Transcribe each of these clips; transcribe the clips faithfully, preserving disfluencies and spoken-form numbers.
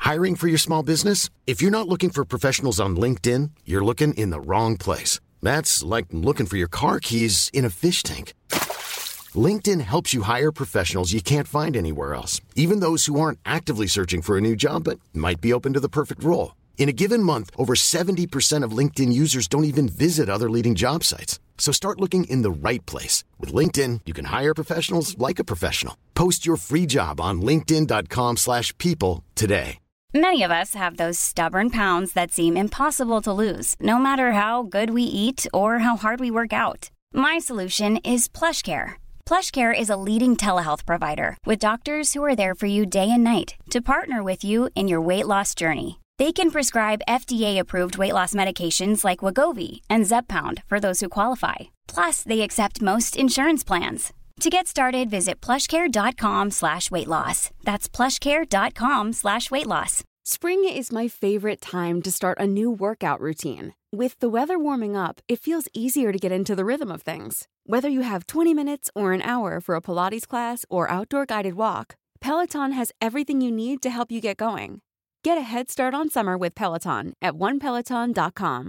Hiring for your small business? If you're not looking for professionals on LinkedIn, you're looking in the wrong place. That's like looking for your car keys in a fish tank. LinkedIn helps you hire professionals you can't find anywhere else, even those who aren't actively searching for a new job but might be open to the perfect role. In a given month, over seventy percent of LinkedIn users don't even visit other leading job sites. So start looking in the right place. With LinkedIn, you can hire professionals like a professional. Post your free job on linkedin.com slash people today. Many of us have those stubborn pounds that seem impossible to lose, no matter how good we eat or how hard we work out. My solution is PlushCare. PlushCare is a leading telehealth provider with doctors who are there for you day and night to partner with you in your weight loss journey. They can prescribe F D A-approved weight loss medications like Wegovy and Zepbound for those who qualify. Plus, they accept most insurance plans. To get started, visit plushcare.com slash weight loss. That's plushcare.com slash weight loss. Spring is my favorite time to start a new workout routine. With the weather warming up, it feels easier to get into the rhythm of things. Whether you have twenty minutes or an hour for a Pilates class or outdoor guided walk, Peloton has everything you need to help you get going. Get a head start on summer with Peloton at one peloton dot com.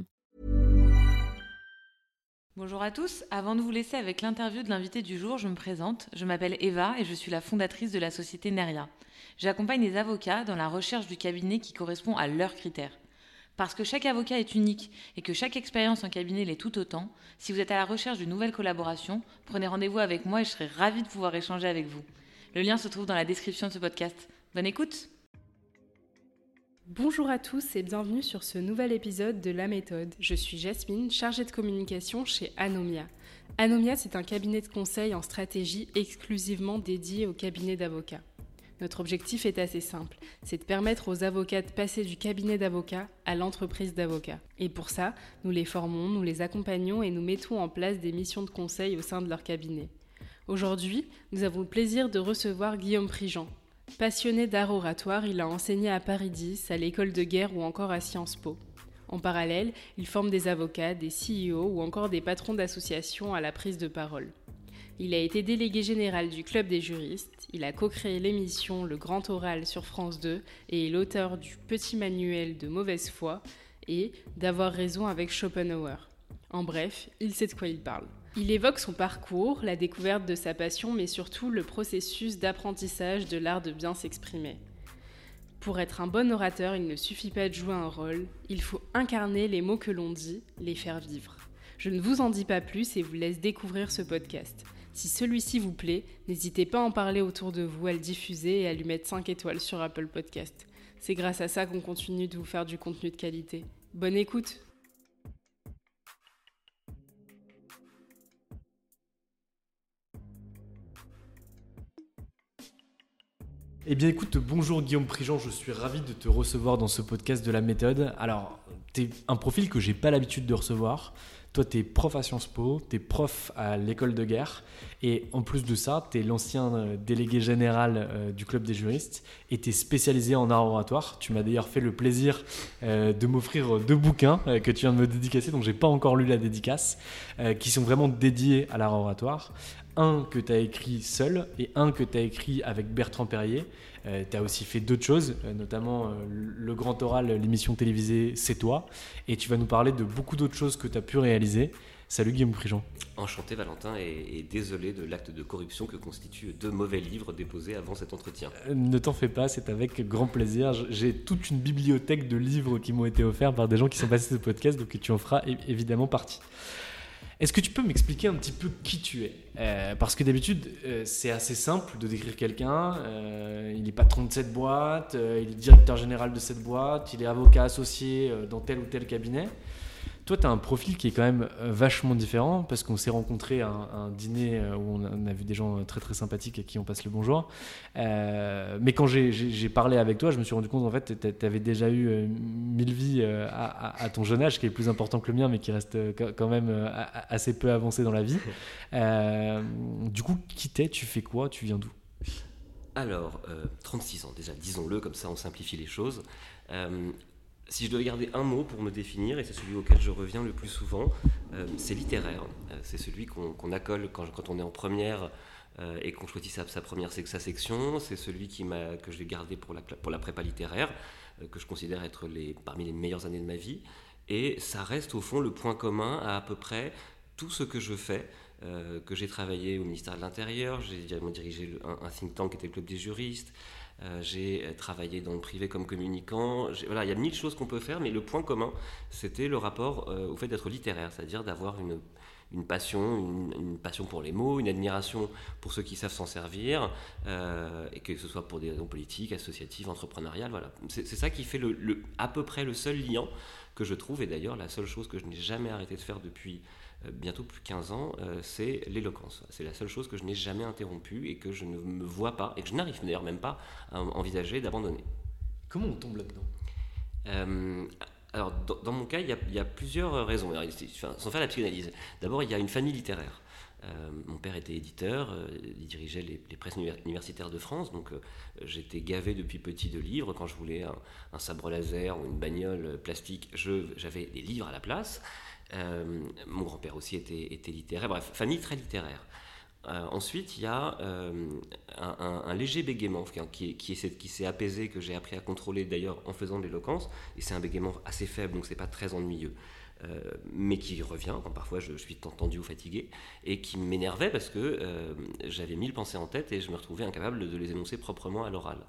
Bonjour à tous, avant de vous laisser avec l'interview de l'invité du jour, je me présente, je m'appelle Eva et je suis la fondatrice de la société Neria. J'accompagne les avocats dans la recherche du cabinet qui correspond à leurs critères. Parce que chaque avocat est unique et que chaque expérience en cabinet l'est tout autant, si vous êtes à la recherche d'une nouvelle collaboration, prenez rendez-vous avec moi et je serai ravie de pouvoir échanger avec vous. Le lien se trouve dans la description de ce podcast. Bonne écoute! Bonjour à tous et bienvenue sur ce nouvel épisode de La Méthode. Je suis Jasmine, chargée de communication chez Anomia. Anomia, c'est un cabinet de conseil en stratégie exclusivement dédié aux cabinets d'avocats. Notre objectif est assez simple, c'est de permettre aux avocats de passer du cabinet d'avocats à l'entreprise d'avocats. Et pour ça, nous les formons, nous les accompagnons et nous mettons en place des missions de conseil au sein de leur cabinet. Aujourd'hui, nous avons le plaisir de recevoir Guillaume Prigent. Passionné d'art oratoire, il a enseigné à Paris dix, à l'école de guerre ou encore à Sciences Po. En parallèle, il forme des avocats, des C E O ou encore des patrons d'associations à la prise de parole. Il a été délégué général du Club des juristes, il a co-créé l'émission Le Grand Oral sur France deux et est l'auteur du Petit Manuel de mauvaise foi et d'Avoir raison avec Schopenhauer. En bref, il sait de quoi il parle. Il évoque son parcours, la découverte de sa passion, mais surtout le processus d'apprentissage de l'art de bien s'exprimer. Pour être un bon orateur, il ne suffit pas de jouer un rôle, il faut incarner les mots que l'on dit, les faire vivre. Je ne vous en dis pas plus et vous laisse découvrir ce podcast. Si celui-ci vous plaît, n'hésitez pas à en parler autour de vous, à le diffuser et à lui mettre cinq étoiles sur Apple Podcast. C'est grâce à ça qu'on continue de vous faire du contenu de qualité. Bonne écoute! Eh bien écoute, bonjour Guillaume Prigent, je suis ravi de te recevoir dans ce podcast de La Méthode. Alors, t'es un profil que j'ai pas l'habitude de recevoir. Toi, t'es prof à Sciences Po, t'es prof à l'école de guerre et en plus de ça, t'es l'ancien délégué général euh, du Club des juristes et t'es spécialisé en art oratoire. Tu m'as d'ailleurs fait le plaisir euh, de m'offrir deux bouquins euh, que tu viens de me dédicacer, donc j'ai pas encore lu la dédicace, euh, qui sont vraiment dédiés à l'art oratoire. Un que tu as écrit seul et un que tu as écrit avec Bertrand Perrier. Euh, tu as aussi fait d'autres choses, euh, notamment euh, le Grand Oral, l'émission télévisée C'est toi. Et tu vas nous parler de beaucoup d'autres choses que tu as pu réaliser. Salut Guillaume Prigent. Enchanté Valentin et, et désolé de l'acte de corruption que constituent deux mauvais livres déposés avant cet entretien. Euh, ne t'en fais pas, c'est avec grand plaisir. J'ai toute une bibliothèque de livres qui m'ont été offerts par des gens qui sont passés ce podcast, donc tu en feras é- évidemment partie. Est-ce que tu peux m'expliquer un petit peu qui tu es ? euh, Parce que d'habitude, euh, c'est assez simple de décrire quelqu'un. Euh, il est patron de cette boîte, euh, il est directeur général de cette boîte, il est avocat associé euh, dans tel ou tel cabinet. Toi, tu as un profil qui est quand même vachement différent parce qu'on s'est rencontrés à un, à un dîner où on a vu des gens très très sympathiques à qui on passe le bonjour. Euh, mais quand j'ai, j'ai, j'ai parlé avec toi, je me suis rendu compte en fait tu avais déjà eu euh, mille vies euh, à, à, à ton jeune âge, qui est plus important que le mien, mais qui reste euh, quand même euh, assez peu avancé dans la vie. Euh, du coup, qui t'es ? Tu fais quoi ? Tu viens d'où ? Alors, euh, trente-six ans déjà, disons-le, comme ça on simplifie les choses. Euh, Si je dois garder un mot pour me définir, et c'est celui auquel je reviens le plus souvent, euh, c'est littéraire. Euh, c'est celui qu'on, qu'on accole quand, quand on est en première euh, et qu'on choisit sa, sa première sa section. C'est celui qui m'a, que je vais garder pour la, pour la prépa littéraire. euh, que je considère être les, parmi les meilleures années de ma vie. Et ça reste au fond le point commun à à peu près tout ce que je fais, euh, que j'ai travaillé au ministère de l'Intérieur, j'ai dirigé le, un, un think tank qui était le Club des juristes, euh, j'ai travaillé dans le privé comme communicant. Voilà, il y a mille choses qu'on peut faire, mais le point commun, c'était le rapport euh, au fait d'être littéraire, c'est-à-dire d'avoir une, une passion, une, une passion pour les mots, une admiration pour ceux qui savent s'en servir, euh, et que ce soit pour des raisons politiques, associatives, entrepreneuriales. Voilà. C'est, c'est ça qui fait le, le, à peu près le seul lien que je trouve, et d'ailleurs la seule chose que je n'ai jamais arrêté de faire depuis euh, bientôt plus de quinze ans, euh, c'est l'éloquence. C'est la seule chose que je n'ai jamais interrompue et que je ne me vois pas, et que je n'arrive d'ailleurs même pas à envisager d'abandonner. Comment on tombe là-dedans ? euh, Alors dans, dans mon cas, il y, y a plusieurs raisons, alors, enfin, sans faire la psychanalyse. D'abord, il y a une famille littéraire. Euh, mon père était éditeur, euh, il dirigeait les, les presses universitaires de France, donc euh, j'étais gavé depuis petit de livres. Quand je voulais un, un sabre laser ou une bagnole plastique, je, j'avais des livres à la place. Euh, mon grand-père aussi était, était littéraire, bref, famille très littéraire. Euh, ensuite, il y a euh, un, un, un léger bégaiement qui, qui, est, qui s'est apaisé, que j'ai appris à contrôler d'ailleurs en faisant de l'éloquence, et c'est un bégaiement assez faible, donc c'est pas très ennuyeux. Euh, mais qui revient quand parfois je, je suis tendu ou fatigué, et qui m'énervait parce que euh, j'avais mille pensées en tête et je me retrouvais incapable de les énoncer proprement à l'oral.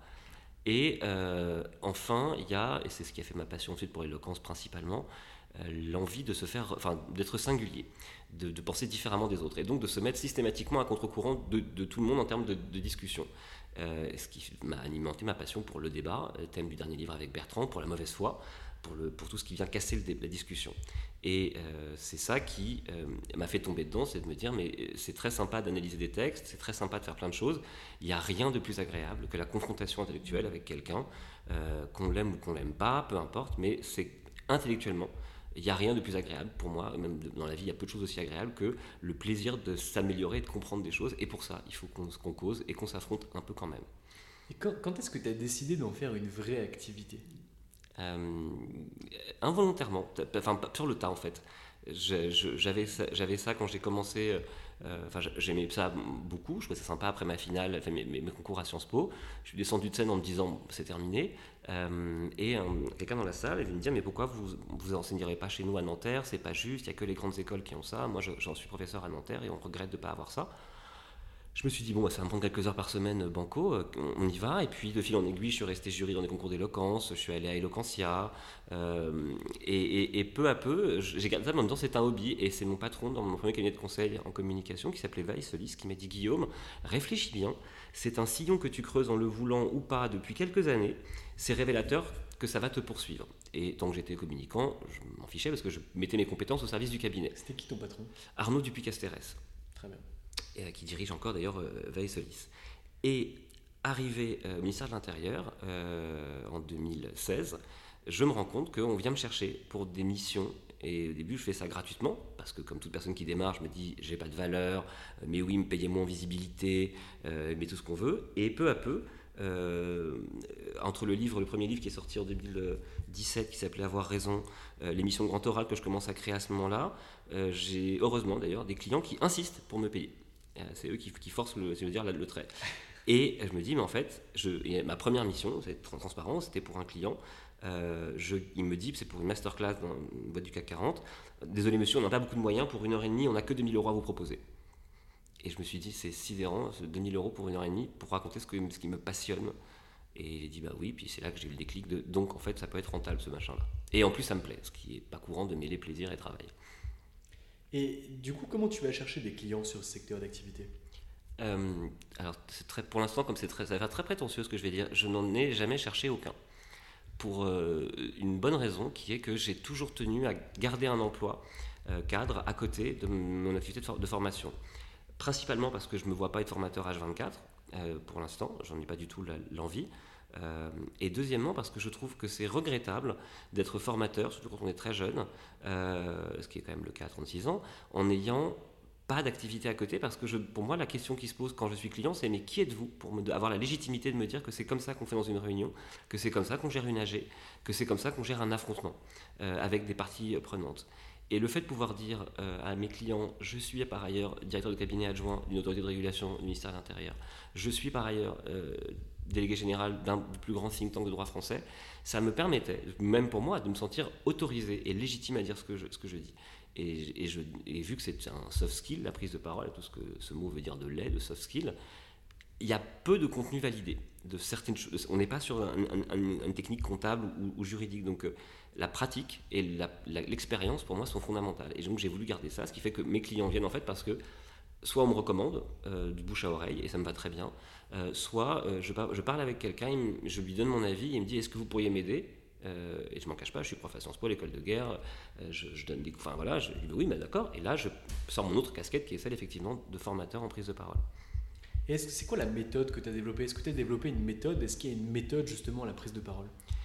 Et euh, enfin, il y a, et c'est ce qui a fait ma passion ensuite pour l'éloquence principalement, euh, l'envie de se faire, enfin, d'être singulier, de, de penser différemment des autres, et donc de se mettre systématiquement à contre-courant de, de tout le monde en termes de, de discussion. Euh, ce qui m'a alimenté ma passion pour le débat, thème du dernier livre avec Bertrand, pour la mauvaise foi, Pour, le, pour tout ce qui vient casser le, la discussion. Et euh, c'est ça qui euh, m'a fait tomber dedans, c'est de me dire, mais c'est très sympa d'analyser des textes, c'est très sympa de faire plein de choses, il n'y a rien de plus agréable que la confrontation intellectuelle avec quelqu'un, euh, qu'on l'aime ou qu'on l'aime pas, peu importe, mais c'est intellectuellement, il n'y a rien de plus agréable pour moi, même dans la vie, il y a peu de choses aussi agréables que le plaisir de s'améliorer et de comprendre des choses, et pour ça, il faut qu'on, qu'on cause et qu'on s'affronte un peu quand même. Et quand, quand est-ce que tu as décidé d'en faire une vraie activité ? Euh, involontairement, enfin sur le tas en fait. Je, je, j'avais, ça, j'avais ça quand j'ai commencé, euh, enfin j'aimais ça beaucoup, je trouvais ça sympa après ma finale, enfin, mes, mes, mes concours à Sciences Po. Je suis descendu de scène en me disant c'est terminé, euh, et un, quelqu'un dans la salle est venu me dire mais pourquoi vous vous enseignerez pas chez nous à Nanterre, c'est pas juste, il y a que les grandes écoles qui ont ça, moi je, j'en suis professeur à Nanterre et on regrette de pas avoir ça. Je me suis dit, bon, bah, ça va me prendre quelques heures par semaine, banco, euh, on y va. Et puis, de fil en aiguille, je suis resté jury dans des concours d'éloquence, je suis allé à Eloquentia. Euh, et, et, et peu à peu, j'ai gardé ça, mais en même temps, c'est un hobby. Et c'est mon patron dans mon premier cabinet de conseil en communication, qui s'appelait Weiss Solis, qui m'a dit, Guillaume, réfléchis bien, c'est un sillon que tu creuses en le voulant ou pas depuis quelques années. C'est révélateur que ça va te poursuivre. Et tant que j'étais communicant, je m'en fichais parce que je mettais mes compétences au service du cabinet. C'était qui ton patron ? Arnaud Dupuy-Casterès. Très bien. Et qui dirige encore d'ailleurs euh, Weiss Solis. Et arrivé euh, au ministère de l'Intérieur euh, en deux mille seize, je me rends compte qu'on vient me chercher pour des missions. Et au début, je fais ça gratuitement, parce que comme toute personne qui démarre, je me dis, j'ai pas de valeur, mais oui, payez-moi en visibilité, euh, mais tout ce qu'on veut. Et peu à peu, euh, entre le livre, le premier livre qui est sorti en deux mille dix-sept, qui s'appelait Avoir raison, euh, l'émission Grand Oral que je commence à créer à ce moment-là, euh, j'ai heureusement d'ailleurs des clients qui insistent pour me payer. C'est eux qui, qui forcent le, je veux dire, le trait. Et je me dis, mais en fait, je, et ma première mission, c'est transparent, c'était pour un client. Euh, je, il me dit, c'est pour une masterclass dans une boîte du C A C quarante. Désolé monsieur, on n'a pas beaucoup de moyens, pour une heure et demie, on n'a que deux mille euros à vous proposer. Et je me suis dit, c'est sidérant, deux mille euros pour une heure et demie, pour raconter ce, que, ce qui me passionne. Et j'ai dit, bah oui, puis c'est là que j'ai eu le déclic de, donc en fait, ça peut être rentable ce machin-là. Et en plus, ça me plaît, ce qui n'est pas courant de mêler plaisir et travail. Et du coup, comment tu vas chercher des clients sur ce secteur d'activité ? euh, Alors, c'est très, pour l'instant, comme c'est très, ça va faire très prétentieux ce que je vais dire, je n'en ai jamais cherché aucun. Pour euh, une bonne raison, qui est que j'ai toujours tenu à garder un emploi euh, cadre à côté de mon activité de, for- de formation. Principalement parce que je ne me vois pas être formateur H vingt-quatre, euh, pour l'instant, j'en ai pas du tout la, l'envie. Euh, et deuxièmement parce que je trouve que c'est regrettable d'être formateur, surtout quand on est très jeune, euh, ce qui est quand même le cas à trente-six ans, en n'ayant pas d'activité à côté, parce que je, pour moi la question qui se pose quand je suis client, c'est mais qui êtes-vous pour me, avoir la légitimité de me dire que c'est comme ça qu'on fait dans une réunion, que c'est comme ça qu'on gère une A G, que c'est comme ça qu'on gère un affrontement euh, avec des parties prenantes. Et le fait de pouvoir dire euh, à mes clients, je suis par ailleurs directeur de cabinet adjoint d'une autorité de régulation du ministère de l'Intérieur, je suis par ailleurs euh, délégué général d'un des plus grands think tank de droit français, ça me permettait, même pour moi, de me sentir autorisé et légitime à dire ce que je, ce que je dis. Et, et, je, et vu que c'est un soft skill, la prise de parole, tout ce que ce mot veut dire de lait, de soft skill, il y a peu de contenu validé de certaines choses. On n'est pas sur un, un, un, une technique comptable ou, ou juridique. Donc euh, la pratique et la, la, l'expérience, pour moi, sont fondamentales. Et donc j'ai voulu garder ça, ce qui fait que mes clients viennent en fait parce que soit on me recommande euh, du bouche à oreille, et ça me va très bien, euh, soit euh, je, par, je parle avec quelqu'un, il, je lui donne mon avis, il me dit est-ce que vous pourriez m'aider ? Euh, et je m'en cache pas, je suis prof à Sciences Po, l'école de guerre, euh, je, je donne des enfin voilà, je dis oui, mais d'accord, et là je sors mon autre casquette qui est celle effectivement de formateur en prise de parole. Et est-ce que c'est quoi la méthode que tu as développée ? Est-ce que tu as développé une méthode ? Est-ce qu'il y a une méthode justement à la prise de parole ?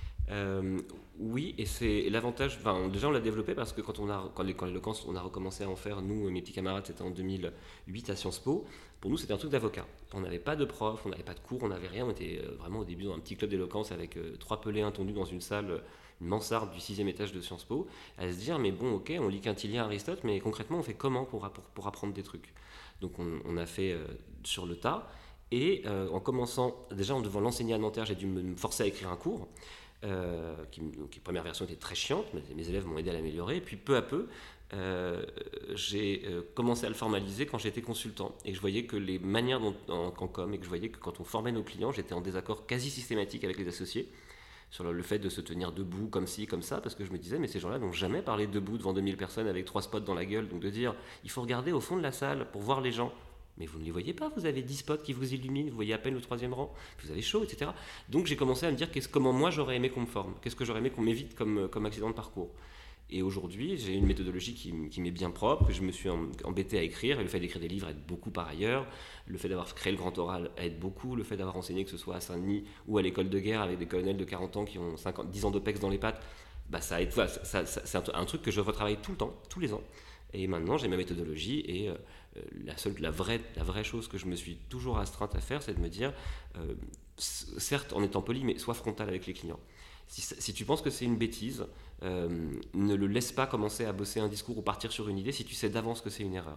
Euh, oui, et c'est l'avantage. Enfin, déjà, on l'a développé parce que quand on a, quand, quand l'éloquence, on a recommencé à en faire, nous, mes petits camarades, c'était en deux mille huit à Sciences Po. Pour nous, c'était un truc d'avocat. On n'avait pas de prof, on n'avait pas de cours, on n'avait rien. On était vraiment au début dans un petit club d'éloquence avec euh, trois pelés intendus dans une salle, une mansarde du sixième étage de Sciences Po, à se dire, mais bon, ok, on lit Quintilien, Aristote, mais concrètement, on fait comment pour, pour, pour apprendre des trucs ? Donc, on, on a fait euh, sur le tas. Et euh, en commençant, déjà en devant l'enseigner à Nanterre, j'ai dû me forcer à écrire un cours. Euh, qui, donc, la première version était très chiante, mais mes élèves m'ont aidé à l'améliorer. Et puis peu à peu, euh, j'ai euh, commencé à le formaliser quand j'étais consultant. Et que je voyais que les manières dont, en, en com, et que je voyais que quand on formait nos clients, j'étais en désaccord quasi systématique avec les associés sur le, le fait de se tenir debout comme ci, comme ça, parce que je me disais, mais ces gens-là n'ont jamais parlé debout devant deux mille personnes avec trois spots dans la gueule. Donc de dire, il faut regarder au fond de la salle pour voir les gens. Mais vous ne les voyez pas, vous avez dix spots qui vous illuminent, vous voyez à peine le troisième rang, vous avez chaud, et cetera. Donc j'ai commencé à me dire qu'est-ce, comment moi j'aurais aimé qu'on me forme, qu'est-ce que j'aurais aimé qu'on m'évite comme, comme accident de parcours. Et aujourd'hui, j'ai une méthodologie qui, qui m'est bien propre, que je me suis embêté à écrire, et le fait d'écrire des livres aide beaucoup par ailleurs, le fait d'avoir créé le grand oral aide beaucoup, le fait d'avoir enseigné que ce soit à Saint-Denis ou à l'école de guerre avec des colonels de quarante ans qui ont cinquante, dix ans d'O P E X dans les pattes, bah ça aide, voilà, ça, ça, ça, c'est un, un truc que je retravaille tout le temps, tous les ans. Et maintenant, j'ai ma méthodologie et euh, la, seule, la, vraie, la vraie chose que je me suis toujours astreinte à faire, c'est de me dire, euh, certes en étant poli, mais sois frontal avec les clients. Si, si tu penses que c'est une bêtise, euh, ne le laisse pas commencer à bosser un discours ou partir sur une idée si tu sais d'avance que c'est une erreur.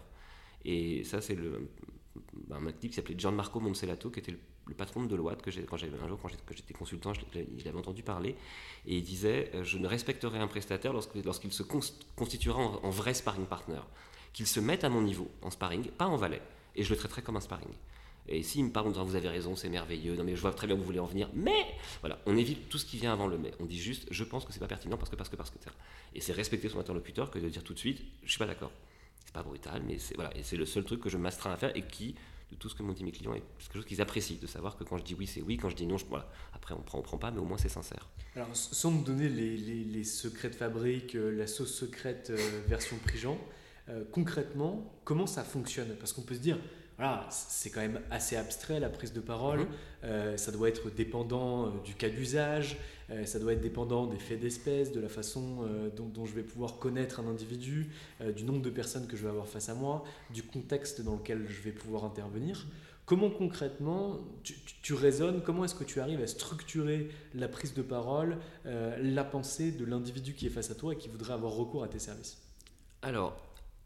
Et ça, c'est le, un type qui s'appelait Gianmarco Monsellato, qui était le, le patron de Deloitte, que j'ai, quand j'avais, un jour quand j'étais, que j'étais consultant, je, je l'avais entendu parler, et il disait « Je ne respecterai un prestataire lorsque, lorsqu'il se constituera en, en vrai sparring partner, qu'il se mette à mon niveau en sparring, pas en valet, et je le traiterai comme un sparring. » Et s'il me parle en disant vous avez raison, c'est merveilleux, non mais je vois très bien où vous voulez en venir, mais voilà, on évite tout ce qui vient avant le mais. On dit juste je pense que c'est pas pertinent parce que parce que parce que et c'est respecter son interlocuteur que de dire tout de suite je suis pas d'accord. C'est pas brutal, mais c'est voilà, et c'est le seul truc que je m'astreins à faire et qui, de tout ce que m'ont dit mes clients, est quelque chose qu'ils apprécient, de savoir que quand je dis oui c'est oui, quand je dis non, je, voilà. Après on prend on prend pas, mais au moins c'est sincère. Alors sans me donner les, les, les secrets de fabrique, euh, la sauce secrète euh, version Prigent, euh, concrètement comment ça fonctionne ? Parce qu'on peut se dire voilà, c'est quand même assez abstrait la prise de parole, mmh. euh, ça doit être dépendant euh, du cas d'usage, euh, ça doit être dépendant des faits d'espèce, de la façon euh, dont, dont je vais pouvoir connaître un individu, euh, du nombre de personnes que je vais avoir face à moi, du contexte dans lequel je vais pouvoir intervenir. Comment concrètement tu, tu, tu raisonnes, comment est-ce que tu arrives à structurer la prise de parole, euh, la pensée de l'individu qui est face à toi et qui voudrait avoir recours à tes services ? Alors,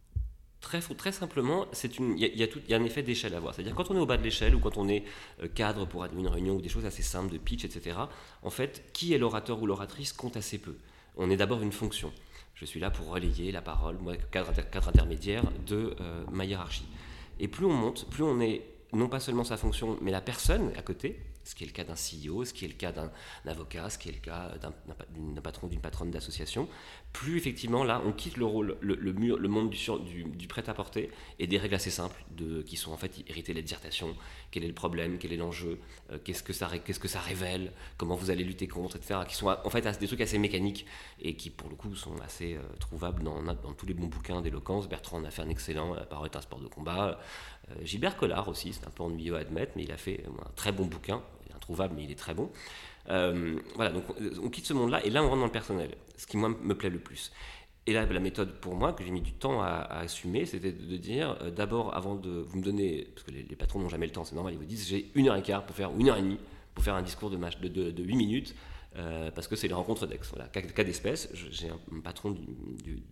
Très, très simplement, il y, y, y a un effet d'échelle à avoir. C'est-à-dire quand on est au bas de l'échelle ou quand on est euh, cadre pour une réunion ou des choses assez simples de pitch, et cetera, en fait, qui est l'orateur ou l'oratrice compte assez peu. On est d'abord une fonction. Je suis là pour relayer la parole, moi, cadre, cadre intermédiaire de euh, ma hiérarchie. Et plus on monte, plus on est non pas seulement sa fonction, mais la personne à côté, ce qui est le cas d'un C E O, ce qui est le cas d'un, d'un avocat, ce qui est le cas d'un, d'un, d'un patron, d'une patronne d'association, plus effectivement là on quitte le rôle, le, le, mur, le monde du, du, du prêt-à-porter et des règles assez simples de, qui sont en fait héritées de la dissertation, quel est le problème, quel est l'enjeu, euh, qu'est-ce, que ça, qu'est-ce que ça révèle, comment vous allez lutter contre, et cetera, qui sont en fait des trucs assez mécaniques et qui pour le coup sont assez euh, trouvables dans, dans tous les bons bouquins d'éloquence. Bertrand en a fait un excellent, La parole est un sport de combat. Euh, Gilbert Collard aussi, c'est un peu ennuyeux à admettre, mais il a fait un très bon bouquin, introuvable mais il est très bon. Euh, voilà, donc on, on quitte ce monde-là et là on rentre dans le personnel, ce qui moi me plaît le plus. Et là, la méthode pour moi, que j'ai mis du temps à, à assumer, c'était de, de dire, euh, d'abord, avant de vous me donner, parce que les, les patrons n'ont jamais le temps, c'est normal, ils vous disent, j'ai une heure et quart pour faire, ou une heure et demie, pour faire un discours de, match, de, de, de huit minutes, euh, parce que c'est les rencontres d'Aix. Voilà, cas, cas d'espèce, j'ai un, un patron d'une du,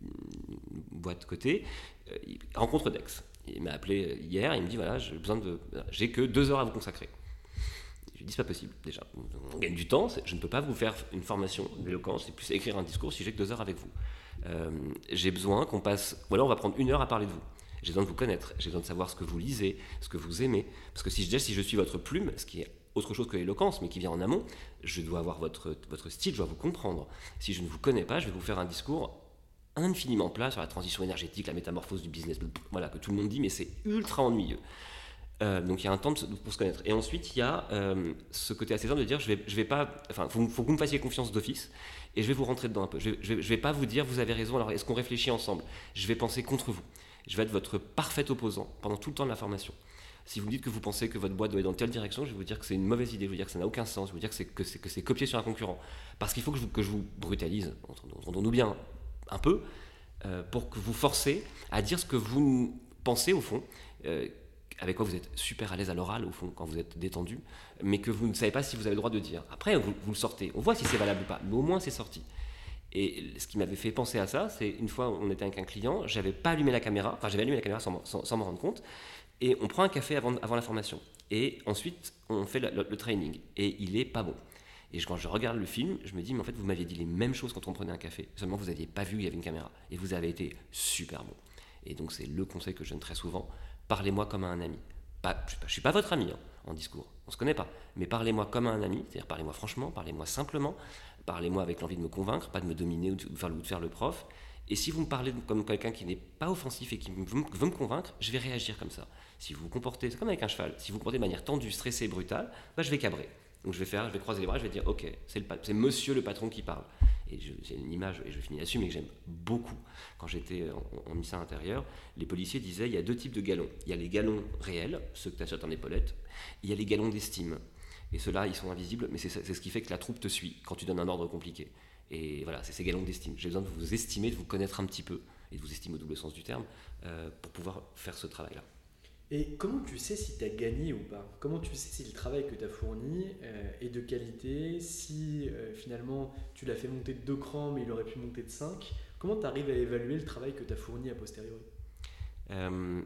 boîte côté, euh, rencontre d'Aix. Il m'a appelé hier, il me dit, voilà, j'ai besoin de, j'ai que deux heures à vous consacrer. Je lui dit, c'est pas possible, déjà. On gagne du temps, je ne peux pas vous faire une formation d'éloquence, c'est plus écrire un discours si j'ai que deux heures avec vous. Euh, j'ai besoin qu'on passe, ou alors on va prendre une heure à parler de vous. J'ai besoin de vous connaître, j'ai besoin de savoir ce que vous lisez, ce que vous aimez. Parce que si je, si je suis votre plume, ce qui est autre chose que l'éloquence, mais qui vient en amont, je dois avoir votre, votre style, je dois vous comprendre. Si je ne vous connais pas, je vais vous faire un discours infiniment plat sur la transition énergétique, la métamorphose du business, voilà, que tout le monde dit, mais c'est ultra ennuyeux. Euh, donc il y a un temps de, pour se connaître. Et ensuite, il y a euh, ce côté assez simple de dire, je vais, je vais pas, enfin, faut, faut que vous me fassiez confiance d'office, et je vais vous rentrer dedans un peu. Je, je, je vais pas vous dire, vous avez raison, alors est-ce qu'on réfléchit ensemble ? Je vais penser contre vous. Je vais être votre parfait opposant pendant tout le temps de la formation. Si vous me dites que vous pensez que votre boîte doit aller dans telle direction, je vais vous dire que c'est une mauvaise idée, je vais vous dire que ça n'a aucun sens, je vais vous dire que c'est, que c'est, que c'est copié sur un concurrent. Parce qu'il faut que je, que je vous brutalise, entendons-nous bien, un peu, euh, pour que vous forcez à dire ce que vous pensez au fond, euh, avec quoi vous êtes super à l'aise à l'oral, au fond, quand vous êtes détendu, mais que vous ne savez pas si vous avez le droit de dire. Après, vous, vous le sortez, on voit si c'est valable ou pas, mais au moins c'est sorti. Et ce qui m'avait fait penser à ça, c'est une fois on était avec un client, j'avais pas allumé la caméra, enfin j'avais allumé la caméra sans, sans, sans m'en rendre compte, et on prend un café avant, avant la formation. Et ensuite, on fait le, le, le training, et il est pas bon. Et quand je regarde le film, je me dis, mais en fait, vous m'aviez dit les mêmes choses quand on prenait un café, seulement vous n'aviez pas vu qu'il y avait une caméra, et vous avez été super bon. Et donc c'est le conseil que je donne très souvent, parlez-moi comme à un ami. Pas, je ne suis pas votre ami hein, en discours, on ne se connaît pas, mais parlez-moi comme à un ami, c'est-à-dire parlez-moi franchement, parlez-moi simplement, parlez-moi avec l'envie de me convaincre, pas de me dominer ou de faire, ou de faire le prof. Et si vous me parlez comme quelqu'un qui n'est pas offensif et qui veut, veut me convaincre, je vais réagir comme ça. Si vous vous comportez, c'est comme avec un cheval, si vous vous comportez de manière tendue, stressée, brutale, bah je vais cabrer. Donc je vais faire, je vais croiser les bras, je vais dire ok, c'est, le, c'est monsieur le patron qui parle. Et je, j'ai une image, et je finis là-dessus, mais que j'aime beaucoup. Quand j'étais en, en ministère intérieur, les policiers disaient il y a deux types de galons. Il y a les galons réels, ceux que tu achètes en épaulette, il y a les galons d'estime. Et ceux-là, ils sont invisibles, mais c'est, c'est ce qui fait que la troupe te suit quand tu donnes un ordre compliqué. Et voilà, c'est ces galons d'estime. J'ai besoin de vous estimer, de vous connaître un petit peu, et de vous estimer au double sens du terme, euh, pour pouvoir faire ce travail-là. Et comment tu sais si tu as gagné ou pas ? Comment tu sais si le travail que tu as fourni euh, est de qualité, si euh, finalement tu l'as fait monter de deux crans mais il aurait pu monter de cinq ? Comment tu arrives à évaluer le travail que tu as fourni a posteriori ? euh,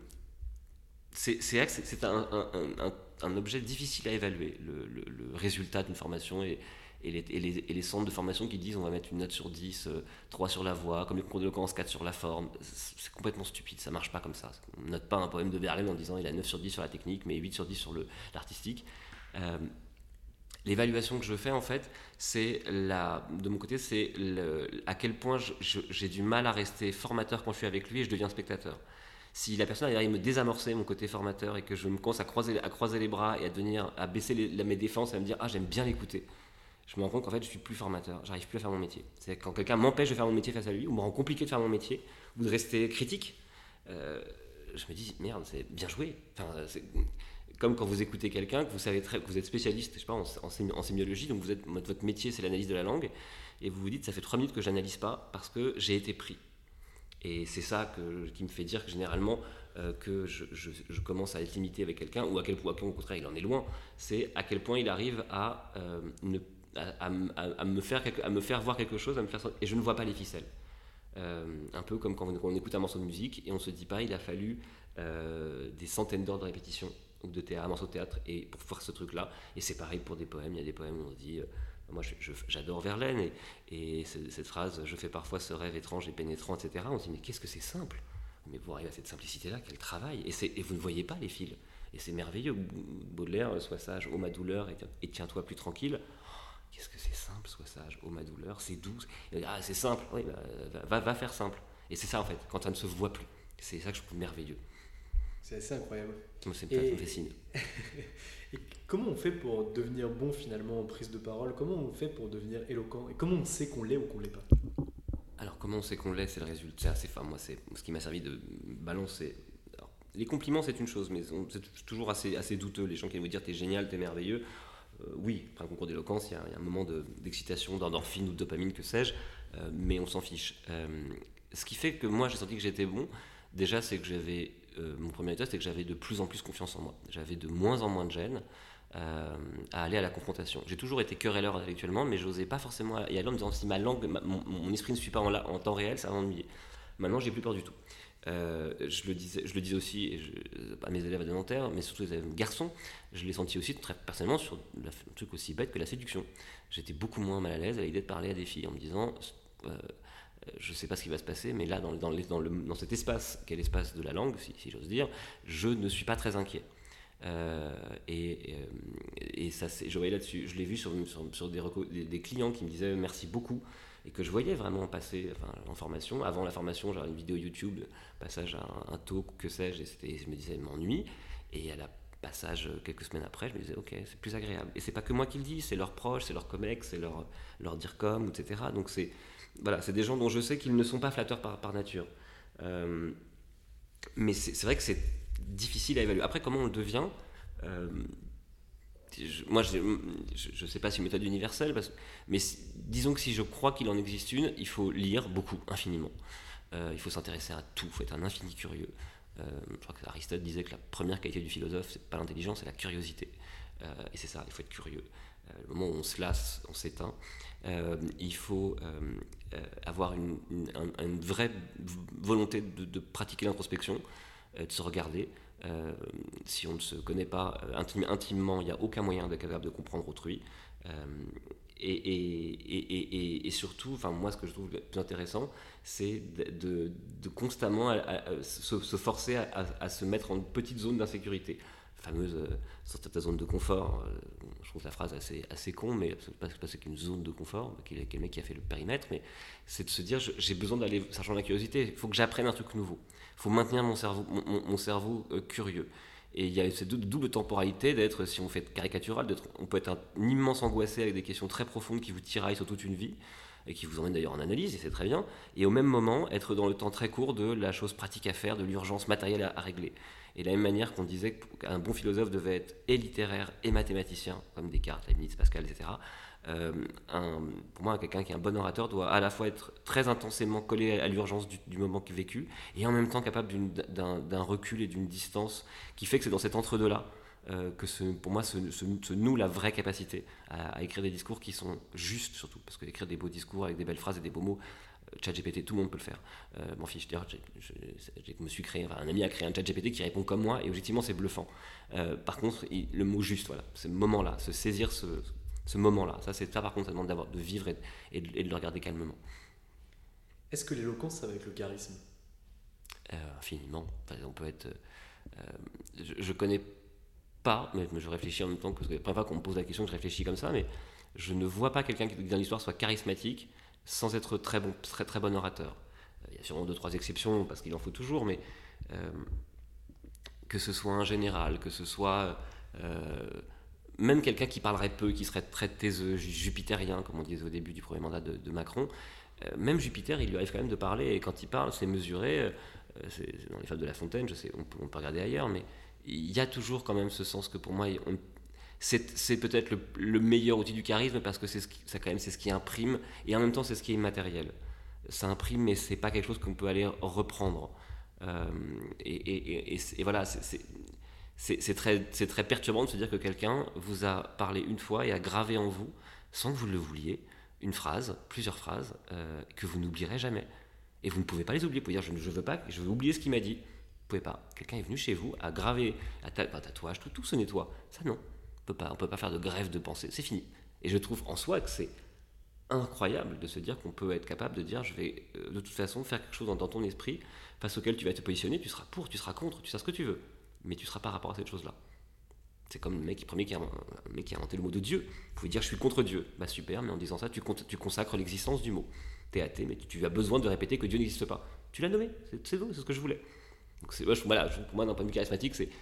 c'est, c'est, c'est, c'est un, un, un, un objet difficile à évaluer, le, le, le résultat d'une formation et, et, les, et, les, et les centres de formation qui disent on va mettre une note sur dix, euh, trois sur la voix, comme les concours d'éloquence, quatre sur la forme. C'est, c'est complètement stupide, ça marche pas comme ça. On note pas un poème de Verlaine en disant il a neuf sur dix sur la technique mais huit sur dix sur le, l'artistique. Euh, l'évaluation que je fais en fait, c'est la, de mon côté, c'est le, à quel point je, je, j'ai du mal à rester formateur quand je suis avec lui et je deviens spectateur. Si la personne arrive à me désamorcer mon côté formateur et que je me commence à croiser, à croiser les bras et à, devenir, à baisser les, la, mes défenses et à me dire « Ah, j'aime bien l'écouter », je me rends compte qu'en fait, je ne suis plus formateur, j'arrive plus à faire mon métier. C'est quand quelqu'un m'empêche de faire mon métier face à lui ou me rend compliqué de faire mon métier ou de rester critique, euh, je me dis « Merde, c'est bien joué ». Enfin, c'est comme quand vous écoutez quelqu'un, que vous savez très, que vous êtes spécialiste, je sais pas, en, en, en sémiologie, donc vous êtes, votre métier, c'est l'analyse de la langue, et vous vous dites « Ça fait trois minutes que je n'analyse pas parce que j'ai été pris ». Et c'est ça que, qui me fait dire que généralement euh, que je, je, je commence à être limité avec quelqu'un ou à quel point au contraire il en est loin, c'est à quel point il arrive à, euh, ne, à, à, à, me faire quelque, à me faire voir quelque chose à me faire, et je ne vois pas les ficelles. Euh, un peu comme quand on, quand on écoute un morceau de musique et on ne se dit pas il a fallu euh, des centaines d'heures de répétition ou de théâtre, un morceau de théâtre et pour faire ce truc-là. Et c'est pareil pour des poèmes, il y a des poèmes où on se dit... Euh, moi je, je, j'adore Verlaine et, et cette phrase « je fais parfois ce rêve étrange et pénétrant », et cetera. On se dit mais qu'est-ce que c'est simple ? Mais vous arrivez à cette simplicité-là, quel travail, et, c'est, et vous ne voyez pas les fils. Et c'est merveilleux. Baudelaire, sois sage, ô ma douleur, et, et tiens-toi plus tranquille. Oh, qu'est-ce que c'est simple, sois sage, ô ma douleur, c'est doux. Ah, c'est simple, oui, bah, va, va faire simple. Et c'est ça en fait, quand ça ne se voit plus. C'est ça que je trouve merveilleux. C'est assez incroyable. Moi, c'est, et... ça me fascine. Et comment on fait pour devenir bon finalement en prise de parole ? Comment on fait pour devenir éloquent ? Et comment on sait qu'on l'est ou qu'on l'est pas ? Alors comment on sait qu'on l'est ? C'est le résultat. C'est assez, enfin, moi, c'est ce qui m'a servi de balancer. Alors, les compliments, c'est une chose, mais c'est toujours assez, assez douteux. Les gens qui vont vous dire t'es génial, t'es merveilleux. Euh, oui, après un concours d'éloquence, il y, y a un moment de, d'excitation, d'endorphine ou de dopamine, que sais-je, euh, mais on s'en fiche. Euh, ce qui fait que moi, j'ai senti que j'étais bon. Déjà, c'est que j'avais Euh, mon premier état, c'est que j'avais de plus en plus confiance en moi. J'avais de moins en moins de gêne euh, à aller à la confrontation. J'ai toujours été querelleur intellectuellement, mais je n'osais pas forcément y aller en me disant si ma langue, ma, mon, mon esprit ne suit pas en, la, en temps réel, ça va m'ennuyer. Maintenant, j'ai plus peur du tout. Euh, je, le disais, je le disais aussi et je, à mes élèves de Nanterre, mais surtout les élèves garçons, je l'ai senti aussi très personnellement sur la, un truc aussi bête que la séduction. J'étais beaucoup moins mal à l'aise à l'idée de parler à des filles en me disant euh, je ne sais pas ce qui va se passer, mais là, dans, dans, les, dans, le, dans cet espace, qui est l'espace de la langue, si, si j'ose dire, je ne suis pas très inquiet. Euh, et, et, et ça, c'est, je voyais là-dessus, je l'ai vu sur, sur, sur des, reco- des, des clients qui me disaient merci beaucoup, et que je voyais vraiment passer enfin, en formation. Avant la formation, j'avais une vidéo YouTube, passage à un, un talk, que sais-je, et c'était, je me disais, elle m'ennuie. Et à la passage, quelques semaines après, je me disais, ok, c'est plus agréable. Et c'est pas que moi qui le dis, c'est leurs proches, c'est leurs comex, c'est leur, leur dircom, et cetera. Donc c'est, voilà, c'est des gens dont je sais qu'ils ne sont pas flatteurs par, par nature. Euh, mais c'est, c'est vrai que c'est difficile à évaluer. Après, comment on le devient euh, Je, moi, je ne sais pas si une méthode universelle, parce, mais si, disons que si je crois qu'il en existe une, il faut lire beaucoup, infiniment. Euh, il faut s'intéresser à tout, il faut être un infini curieux. Euh, je crois que Aristote disait que la première qualité du philosophe, c'est pas l'intelligence, c'est la curiosité. Euh, et c'est ça, il faut être curieux. Euh, le moment où on se lasse, on s'éteint. Euh, il faut euh, euh, avoir une, une, un, une vraie volonté de, de pratiquer l'introspection, euh, de se regarder. Euh, si on ne se connaît pas euh, intim- intimement, il n'y a aucun moyen d'être capable de comprendre autrui. Euh, et, et, et, et, et surtout, enfin, moi, ce que je trouve le plus intéressant, c'est de, de, de constamment à, à, à se, se forcer à, à, à se mettre en petite zone d'insécurité. La fameuse euh, sortir de ta zone de confort. Euh, je trouve la phrase assez, assez con, mais c'est pas, pas c'est qu'une zone de confort, qui est le mec qui a fait le périmètre, mais c'est de se dire, je, j'ai besoin d'aller, sachant la curiosité, il faut que j'apprenne un truc nouveau. Il faut maintenir mon cerveau, mon, mon cerveau euh, curieux. Et il y a cette double temporalité d'être, si on fait caricatural, d'être, on peut être un, un immense angoissé avec des questions très profondes qui vous tiraillent sur toute une vie, et qui vous emmènent d'ailleurs en analyse, et c'est très bien, et au même moment, être dans le temps très court de la chose pratique à faire, de l'urgence matérielle à, à régler. Et de la même manière qu'on disait qu'un bon philosophe devait être et littéraire et mathématicien, comme Descartes, Leibniz, Pascal, et cetera, Euh, un, pour moi, quelqu'un qui est un bon orateur doit à la fois être très intensément collé à, à l'urgence du, du moment vécu et en même temps capable d'une, d'un, d'un recul et d'une distance qui fait que c'est dans cet entre-deux-là euh, que ce, pour moi se, se, se noue la vraie capacité à, à écrire des discours qui sont justes, surtout parce que écrire des beaux discours avec des belles phrases et des beaux mots, euh, ChatGPT, tout le monde peut le faire. Euh, m'en fiche, d'ailleurs, je, je, je me suis créé, enfin, un ami a créé un ChatGPT qui répond comme moi et objectivement c'est bluffant. Euh, par contre, il, le mot juste, voilà, ce moment-là, se saisir ce ce moment-là, ça c'est ça par contre ça demande d'avoir, de vivre et de, et, de, et de le regarder calmement. Est-ce que l'éloquence ça va avec le charisme? euh, Infiniment. Enfin, on peut être. Euh, je, je connais pas, mais je réfléchis en même temps que c'est la première fois qu'on me pose la question que je réfléchis comme ça, mais je ne vois pas quelqu'un qui dans l'histoire soit charismatique sans être très bon, très très bon orateur. Il y a sûrement deux trois exceptions parce qu'il en faut toujours, mais euh, que ce soit un général, que ce soit euh, même quelqu'un qui parlerait peu, qui serait très taiseux, jupitérien, comme on disait au début du premier mandat de, de Macron, euh, même Jupiter, il lui arrive quand même de parler, et quand il parle, c'est mesuré, euh, c'est, c'est dans les fables de La Fontaine, je sais, on peut, on peut regarder ailleurs, mais il y a toujours quand même ce sens que pour moi, on, c'est, c'est peut-être le, le meilleur outil du charisme, parce que c'est ce qui, ça, quand même, c'est ce qui imprime, et en même temps, c'est ce qui est immatériel. Ça imprime, mais c'est pas quelque chose qu'on peut aller reprendre. Euh, et, et, et, et voilà, c'est... c'est C'est, c'est, très, c'est très perturbant de se dire que quelqu'un vous a parlé une fois et a gravé en vous, sans que vous le vouliez, une phrase, plusieurs phrases, euh, que vous n'oublierez jamais. Et vous ne pouvez pas les oublier. Vous pouvez dire, je ne je veux pas, je veux oublier ce qu'il m'a dit. Vous ne pouvez pas. Quelqu'un est venu chez vous, a gravé un tatouage, tout, tout se nettoie. Ça, non. On peut pas, on ne peut pas faire de grève de pensée. C'est fini. Et je trouve en soi que c'est incroyable de se dire qu'on peut être capable de dire, je vais euh, de toute façon faire quelque chose dans, dans ton esprit, face auquel tu vas te positionner, tu seras pour, tu seras contre, tu sais ce que tu veux. Mais tu ne seras pas rapport à cette chose-là. C'est comme le mec qui, premier qui a, un mec qui a inventé le mot de Dieu. Vous pouvez dire je suis contre Dieu. Bah super, mais en disant ça, tu, tu consacres l'existence du mot. T'es athée, mais tu, tu as besoin de répéter que Dieu n'existe pas. Tu l'as nommé, c'est, c'est, c'est ce que je voulais. Donc c'est, voilà, pour moi, d'un point de vue charismatique, c'est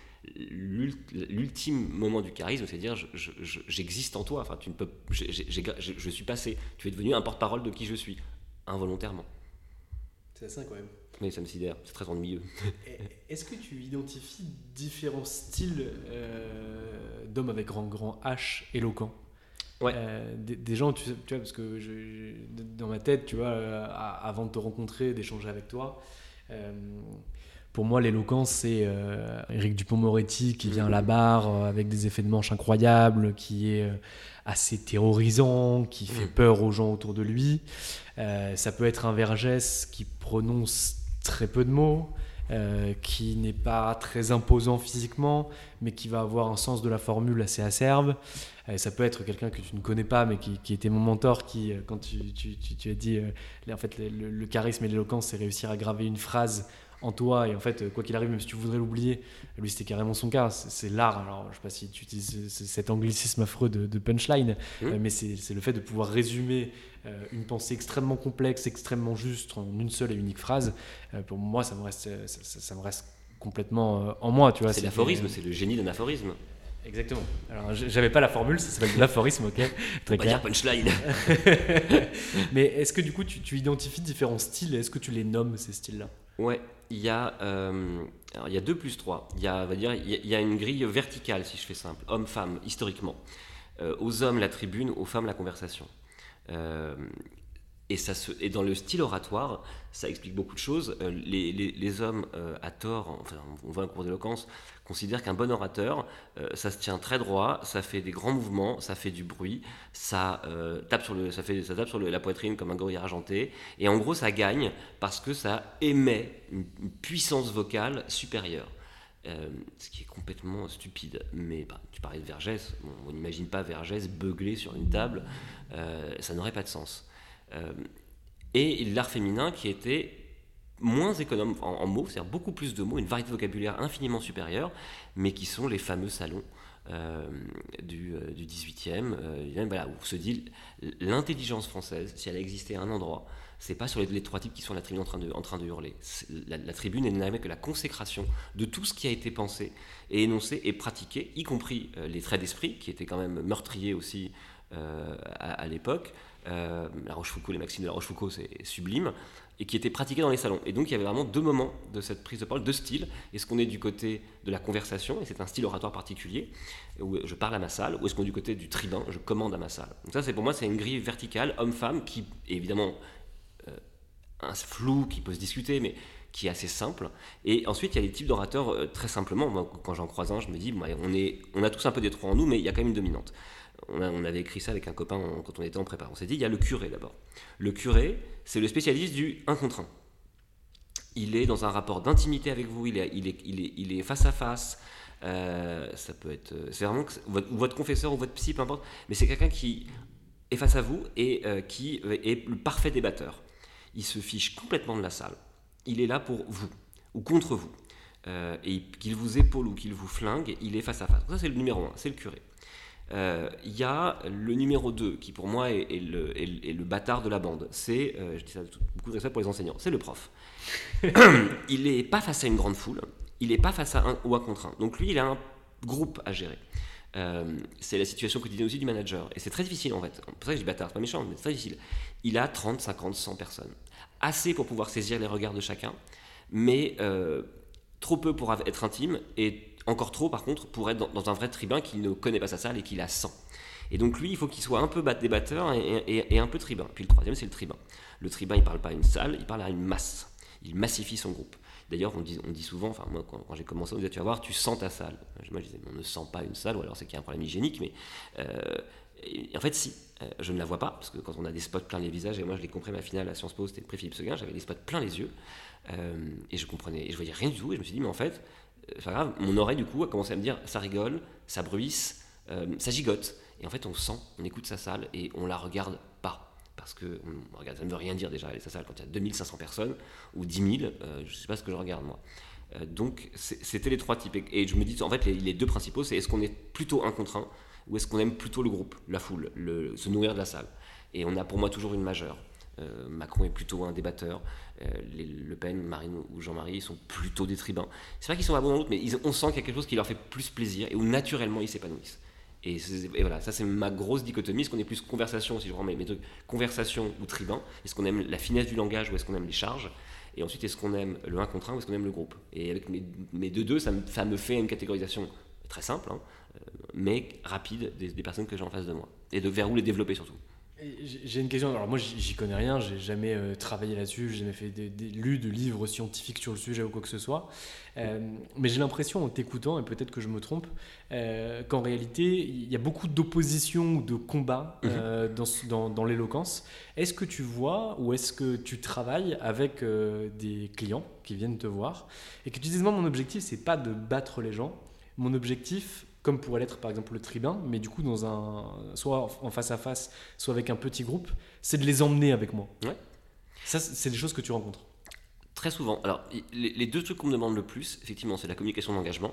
l'ultime moment du charisme, c'est dire je, je, je, j'existe en toi. Enfin, tu ne peux, j'ai, j'ai, je, je suis passé. Tu es devenu un porte-parole de qui je suis, involontairement. C'est assez incroyable. Mais ça me sidère, c'est très ennuyeux. Est-ce que tu identifies différents styles euh, d'hommes avec grand, grand H éloquents? Ouais. Euh, des, des gens, tu, sais, tu vois, parce que je, je, dans ma tête, tu vois, euh, avant de te rencontrer, d'échanger avec toi, euh, pour moi, l'éloquence, c'est euh, Éric Dupond-Moretti qui vient à la barre euh, avec des effets de manche incroyables, qui est euh, assez terrorisant, qui fait peur aux gens autour de lui. Euh, ça peut être un Vergès qui prononce très peu de mots, euh, qui n'est pas très imposant physiquement, mais qui va avoir un sens de la formule assez acerbe. Euh, ça peut être quelqu'un que tu ne connais pas, mais qui, qui était mon mentor, qui, euh, quand tu, tu, tu, tu as dit, euh, en fait, le, le charisme et l'éloquence, c'est réussir à graver une phrase en toi, et en fait, quoi qu'il arrive, même si tu voudrais l'oublier, lui, c'était carrément son cas. C'est, c'est l'art. Alors, je sais pas si tu utilises cet anglicisme affreux de, de punchline, mmh. euh, mais c'est, c'est le fait de pouvoir résumer euh, une pensée extrêmement complexe, extrêmement juste en une seule et unique phrase. Euh, pour moi, ça me reste, ça, ça, ça me reste complètement euh, en moi, tu vois. C'est, c'est l'aphorisme, c'est le génie d'un aphorisme. Exactement. Alors, j'avais pas la formule, ça s'appelle de l'aphorisme, ok. Très On va dire punchline. Mais est-ce que du coup, tu, tu identifies différents styles et est-ce que tu les nommes, ces styles-là ? Ouais, il y a, euh, alors il y a deux plus trois. Il y a, on va dire, il y a, il y a une grille verticale, si je fais simple, homme-femme, historiquement. Euh, aux hommes, la tribune, aux femmes, la conversation. Euh, et, ça se, et dans le style oratoire, ça explique beaucoup de choses. Euh, les, les, les hommes, euh, à tort, enfin, on voit un cours d'éloquence, considèrent qu'un bon orateur, euh, ça se tient très droit, ça fait des grands mouvements, ça fait du bruit, ça, euh, tape, sur le, ça, fait, ça tape sur le, la poitrine comme un gorille argenté, et en gros ça gagne parce que ça émet une, une puissance vocale supérieure. Euh, ce qui est complètement stupide, mais bah, tu parlais de Vergès, bon, on n'imagine pas Vergès beugler sur une table, euh, ça n'aurait pas de sens. Euh, et l'art féminin qui était moins économe en, en mots, c'est-à-dire beaucoup plus de mots, une variété de vocabulaire infiniment supérieure, mais qui sont les fameux salons euh, du, euh, du dix-huitième, euh, voilà, où se dit l'intelligence française, si elle a existé à un endroit, c'est pas sur les, les trois types qui sont à la tribune en train de, en train de hurler. La, la tribune n'est jamais que la consécration de tout ce qui a été pensé et énoncé et pratiqué, y compris euh, les traits d'esprit, qui étaient quand même meurtriers aussi euh, à, à l'époque. Euh, la Rochefoucauld, les maximes de la Rochefoucauld, c'est sublime, et qui étaient pratiqués dans les salons. Et donc il y avait vraiment deux moments de cette prise de parole, deux styles. Est-ce qu'on est du côté de la conversation, et c'est un style oratoire particulier, où je parle à ma salle, ou est-ce qu'on est du côté du tribun, je commande à ma salle. Donc ça, c'est, pour moi, c'est une grille verticale, homme-femme, qui est évidemment euh, un flou qui peut se discuter, mais qui est assez simple. Et ensuite, il y a des types d'orateurs, euh, très simplement. Moi, quand j'en croise un, je me dis, bon, on, est, on a tous un peu des trois en nous, mais il y a quand même une dominante. On, a, on avait écrit ça avec un copain en, quand on était en prépa. On s'est dit, il y a le curé d'abord. Le curé, c'est le spécialiste du un contre un. Il est dans un rapport d'intimité avec vous, il est, il est, il est, il est face à face. Euh, ça peut être, c'est vraiment votre, votre confesseur ou votre psy, peu importe. Mais c'est quelqu'un qui est face à vous et euh, qui est le parfait débatteur. Il se fiche complètement de la salle. Il est là pour vous ou contre vous. Euh, et qu'il vous épaule ou qu'il vous flingue, il est face à face. Ça, c'est le numéro un, c'est le curé. Il euh, y a le numéro deux, qui pour moi est, est, le, est, est le bâtard de la bande. C'est, euh, je dis ça avec beaucoup de respect pour les enseignants, c'est le prof. Il n'est pas face à une grande foule, il n'est pas face à un ou un contre un. Donc lui, il a un groupe à gérer. Euh, c'est la situation quotidienne aussi du manager. Et c'est très difficile en fait. C'est pour ça que je dis bâtard, c'est pas méchant, mais c'est très difficile. Il a trente, cinquante, cent personnes. Assez pour pouvoir saisir les regards de chacun, mais euh, trop peu pour être intime et encore trop, par contre, pour être dans, dans un vrai tribun qui ne connaît pas sa salle et qui la sent. Et donc lui, il faut qu'il soit un peu débatteur et, et, et un peu tribun. Puis le troisième, c'est le tribun. Le tribun, il ne parle pas à une salle, il parle à une masse. Il massifie son groupe. D'ailleurs, on dit, on dit souvent, enfin moi, quand, quand j'ai commencé, on disait, tu vas voir, tu sens ta salle. Moi, je disais, on ne sent pas une salle, ou alors c'est qu'il y a un problème hygiénique, mais euh, et, et en fait, si. Euh, je ne la vois pas, parce que quand on a des spots plein les visages, et moi, je l'ai compris, ma finale à Sciences Po, c'était le prix Philippe Seguin, j'avais des spots plein les yeux, euh, et je comprenais, et je voyais rien du tout, et je me suis dit, mais en fait, c'est pas grave, mon oreille du coup a commencé à me dire ça rigole, ça bruisse, euh, ça gigote. Et en fait on sent, on écoute sa salle et on la regarde pas. Parce que on regarde, ça ne veut rien dire déjà aller sa salle quand il y a deux mille cinq cents personnes ou dix mille, euh, je sais pas ce que je regarde moi. Euh, donc c'était les trois types. Et, et je me dis en fait les, les deux principaux, c'est est-ce qu'on est plutôt un contre un ou est-ce qu'on aime plutôt le groupe, la foule, le, se nourrir de la salle. Et on a pour moi toujours une majeure. Euh, Macron est plutôt un débatteur, euh, les Le Pen, Marine ou Jean-Marie ils sont plutôt des tribuns. C'est pas qu'ils sont à bon dans l'autre, mais ils, on sent qu'il y a quelque chose qui leur fait plus plaisir et où naturellement ils s'épanouissent. Et, et voilà, ça c'est ma grosse dichotomie. Est-ce qu'on est plus conversation, si je remets mes trucs, conversation ou tribun? Est-ce qu'on aime la finesse du langage ou est-ce qu'on aime les charges? Et ensuite, est-ce qu'on aime le un contre un ou est-ce qu'on aime le groupe? Et avec mes, mes deux deux, ça me, ça me fait une catégorisation très simple, hein, mais rapide des, des personnes que j'ai en face de moi et de vers où les développer surtout. J'ai une question. Alors moi, j'y connais rien. J'ai jamais euh, travaillé là-dessus. J'ai jamais fait des, des, lu de livres scientifiques sur le sujet ou quoi que ce soit. Euh, mais j'ai l'impression, en t'écoutant, et peut-être que je me trompe, euh, qu'en réalité, il y a beaucoup d'opposition ou de combat euh, mmh. dans, dans, dans l'éloquence. Est-ce que tu vois ou est-ce que tu travailles avec euh, des clients qui viennent te voir et que tu dises, moi, mon objectif, c'est pas de battre les gens. Mon objectif, comme pourrait l'être par exemple le tribun, mais du coup dans un, soit en face à face, soit avec un petit groupe, c'est de les emmener avec moi. Ouais. Ça, c'est des choses que tu rencontres. Très souvent. Alors, les, les deux trucs qu'on me demande le plus, effectivement, c'est la communication d'engagement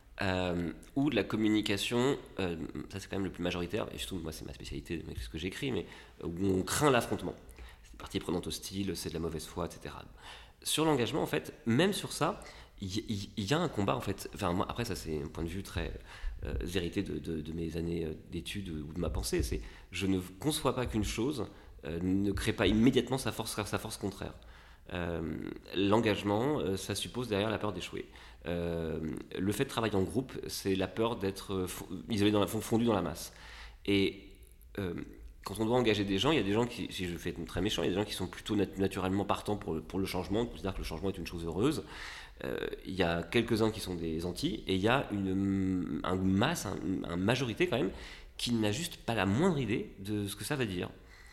euh, ou de la communication, euh, ça c'est quand même le plus majoritaire, et surtout moi c'est ma spécialité, c'est ce que j'écris, mais où on craint l'affrontement. C'est des parties prenantes hostiles, c'est de la mauvaise foi, et cetera. Sur l'engagement, en fait, même sur ça, il y, y, y a un combat, en fait. Enfin, moi, après, ça c'est un point de vue très... Euh, vérité de, de, de mes années d'études ou de ma pensée, c'est je ne conçois pas qu'une chose euh, ne crée pas immédiatement sa force, sa force contraire. Euh, l'engagement, euh, ça suppose derrière la peur d'échouer. Euh, le fait de travailler en groupe, c'est la peur d'être isolé, dans la, fondu dans la masse. Et euh, quand on doit engager des gens, il y a des gens qui, si je fais être très méchant, il y a des gens qui sont plutôt nat- naturellement partants pour, pour le changement, qui considèrent que le changement est une chose heureuse. Euh, il y a quelques-uns qui sont des anti, et il y a une, une masse, un, une majorité quand même, qui n'a juste pas la moindre idée de ce que ça veut dire.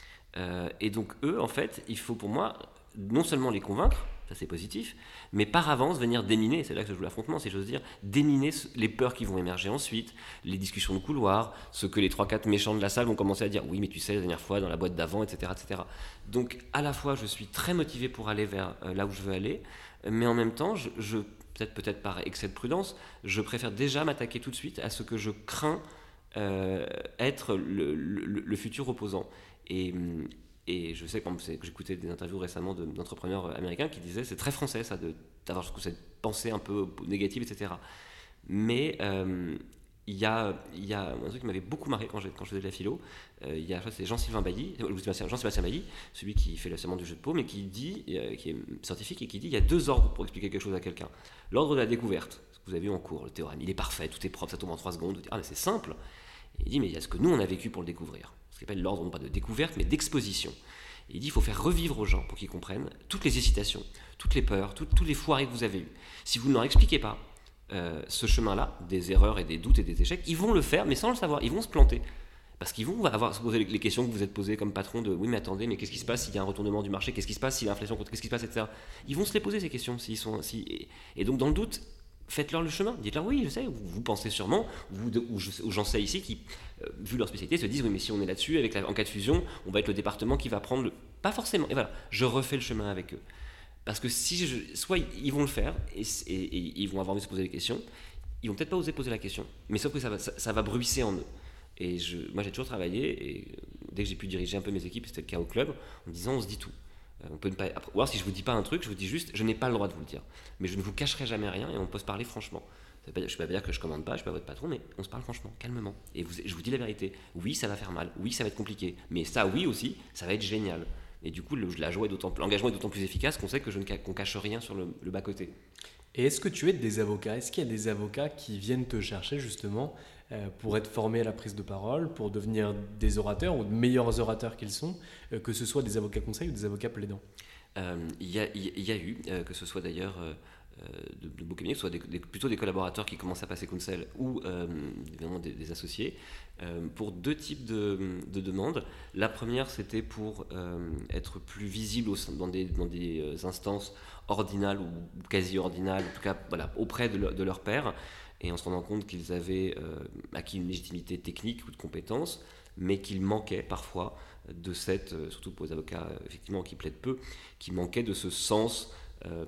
Euh, et donc eux, en fait, il faut pour moi non seulement les convaincre, ça c'est positif, mais par avance venir déminer, c'est là que je joue l'affrontement si j'ose dire, déminer les peurs qui vont émerger ensuite, les discussions de couloir, ce que les trois quatre méchants de la salle vont commencer à dire, oui mais tu sais la dernière fois dans la boîte d'avant, et cetera, et cetera. Donc à la fois je suis très motivé pour aller vers euh, là où je veux aller, mais en même temps, je, je, peut-être, peut-être par excès de prudence, je préfère déjà m'attaquer tout de suite à ce que je crains euh, être le, le, le futur opposant. Et, et je sais, que j'écoutais des interviews récemment de, d'entrepreneurs américains qui disaient c'est très français ça, de, d'avoir cette pensée un peu négative, et cetera. Mais euh, il y a, y a un truc qui m'avait beaucoup marqué quand, quand je faisais de la philo. Euh, il y a, je crois que c'est Jean-Sylvain Bailly, Jean-Sébastien Bailly, celui qui fait le serment du jeu de paume, mais qui dit, euh, qui est scientifique et qui dit il y a deux ordres pour expliquer quelque chose à quelqu'un. L'ordre de la découverte, ce que vous avez vu en cours, le théorème, il est parfait, tout est propre, ça tombe en trois secondes. Vous dites, ah mais c'est simple. Et il dit mais il y a ce que nous on a vécu pour le découvrir. Ce qu'on appelle l'ordre non pas de découverte mais d'exposition. Et il dit il faut faire revivre aux gens pour qu'ils comprennent toutes les hésitations, toutes les peurs, tout, tous les foirés que vous avez eus. Si vous ne leur expliquez pas Euh, ce chemin-là, des erreurs et des doutes et des échecs, ils vont le faire, mais sans le savoir, ils vont se planter. Parce qu'ils vont avoir se poser les questions que vous êtes posées comme patron de oui mais attendez, mais qu'est-ce qui se passe s'il y a un retournement du marché, qu'est-ce qui se passe s'il y a l'inflation, qu'est-ce qui se passe, et cetera. Ils vont se les poser ces questions s'ils sont si et, et donc dans le doute, faites-leur le chemin, dites-leur oui je sais, vous, vous pensez sûrement, vous, de, ou, je, ou j'en sais ici qui, euh, vu leur spécialité, se disent oui mais si on est là-dessus, avec la, en cas de fusion, on va être le département qui va prendre le... Pas forcément, et voilà, je refais le chemin avec eux. Parce que si je, soit ils vont le faire et, et, et ils vont avoir envie de se poser des questions, ils vont peut-être pas oser poser la question, mais sauf que ça va, ça, ça va bruisser en eux. Et je, moi j'ai toujours travaillé, et dès que j'ai pu diriger un peu mes équipes, c'était le cas au club, en disant on se dit tout. Euh, on peut ne pas, après, ou alors si je vous dis pas un truc, je vous dis juste je n'ai pas le droit de vous le dire. Mais je ne vous cacherai jamais rien et on peut se parler franchement. Ça veut pas, je ne peux pas dire que je commande pas, je suis pas votre patron, mais on se parle franchement, calmement. Et vous, je vous dis la vérité. Oui, ça va faire mal, oui, ça va être compliqué, mais ça, oui aussi, ça va être génial. Et du coup, le, la joie est d'autant, l'engagement est d'autant plus efficace qu'on sait que je ne qu'on cache rien sur le, le bas-côté. Et est-ce que tu aides des avocats ? Est-ce qu'il y a des avocats qui viennent te chercher justement euh, pour être formés à la prise de parole, pour devenir des orateurs ou de meilleurs orateurs qu'ils sont, euh, que ce soit des avocats conseils ou des avocats plaidants ? euh, Il y, y, y a eu, euh, que ce soit d'ailleurs euh, de, de beaux cabinets, que ce soit des, des, plutôt des collaborateurs qui commencent à passer counsel ou euh, évidemment des, des associés, euh, pour deux types de, de demandes. La première, c'était pour euh, être plus visible au, dans, des, dans des instances ordinales ou quasi-ordinales, en tout cas voilà, auprès de, le, de leur pairs, et en se rendant compte qu'ils avaient euh, acquis une légitimité technique ou de compétences, mais qu'ils manquaient parfois de cette, surtout pour les avocats effectivement qui plaident peu, qui manquaient de ce sens euh,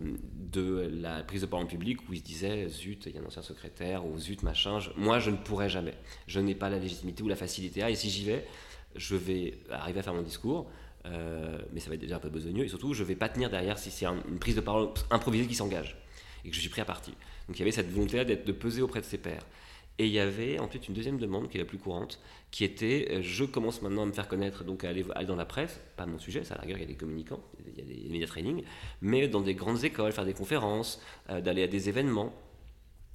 de la prise de parole en public où ils se disaient zut, il y a un ancien secrétaire, ou zut, machin, je, moi je ne pourrais jamais, je n'ai pas la légitimité ou la facilité, ah, et si j'y vais, je vais arriver à faire mon discours, euh, mais ça va être déjà un peu besogneux, et surtout je ne vais pas tenir derrière si c'est un, une prise de parole improvisée qui s'engage, et que je suis pris à partie. Donc il y avait cette volonté-là d'être, de peser auprès de ses pairs. Et il y avait ensuite une deuxième demande qui est la plus courante, qui était euh, je commence maintenant à me faire connaître, donc à aller, à aller dans la presse, pas mon sujet, ça à la rigueur il y a des communicants, il y a des média training, mais dans des grandes écoles, faire des conférences, euh, d'aller à des événements.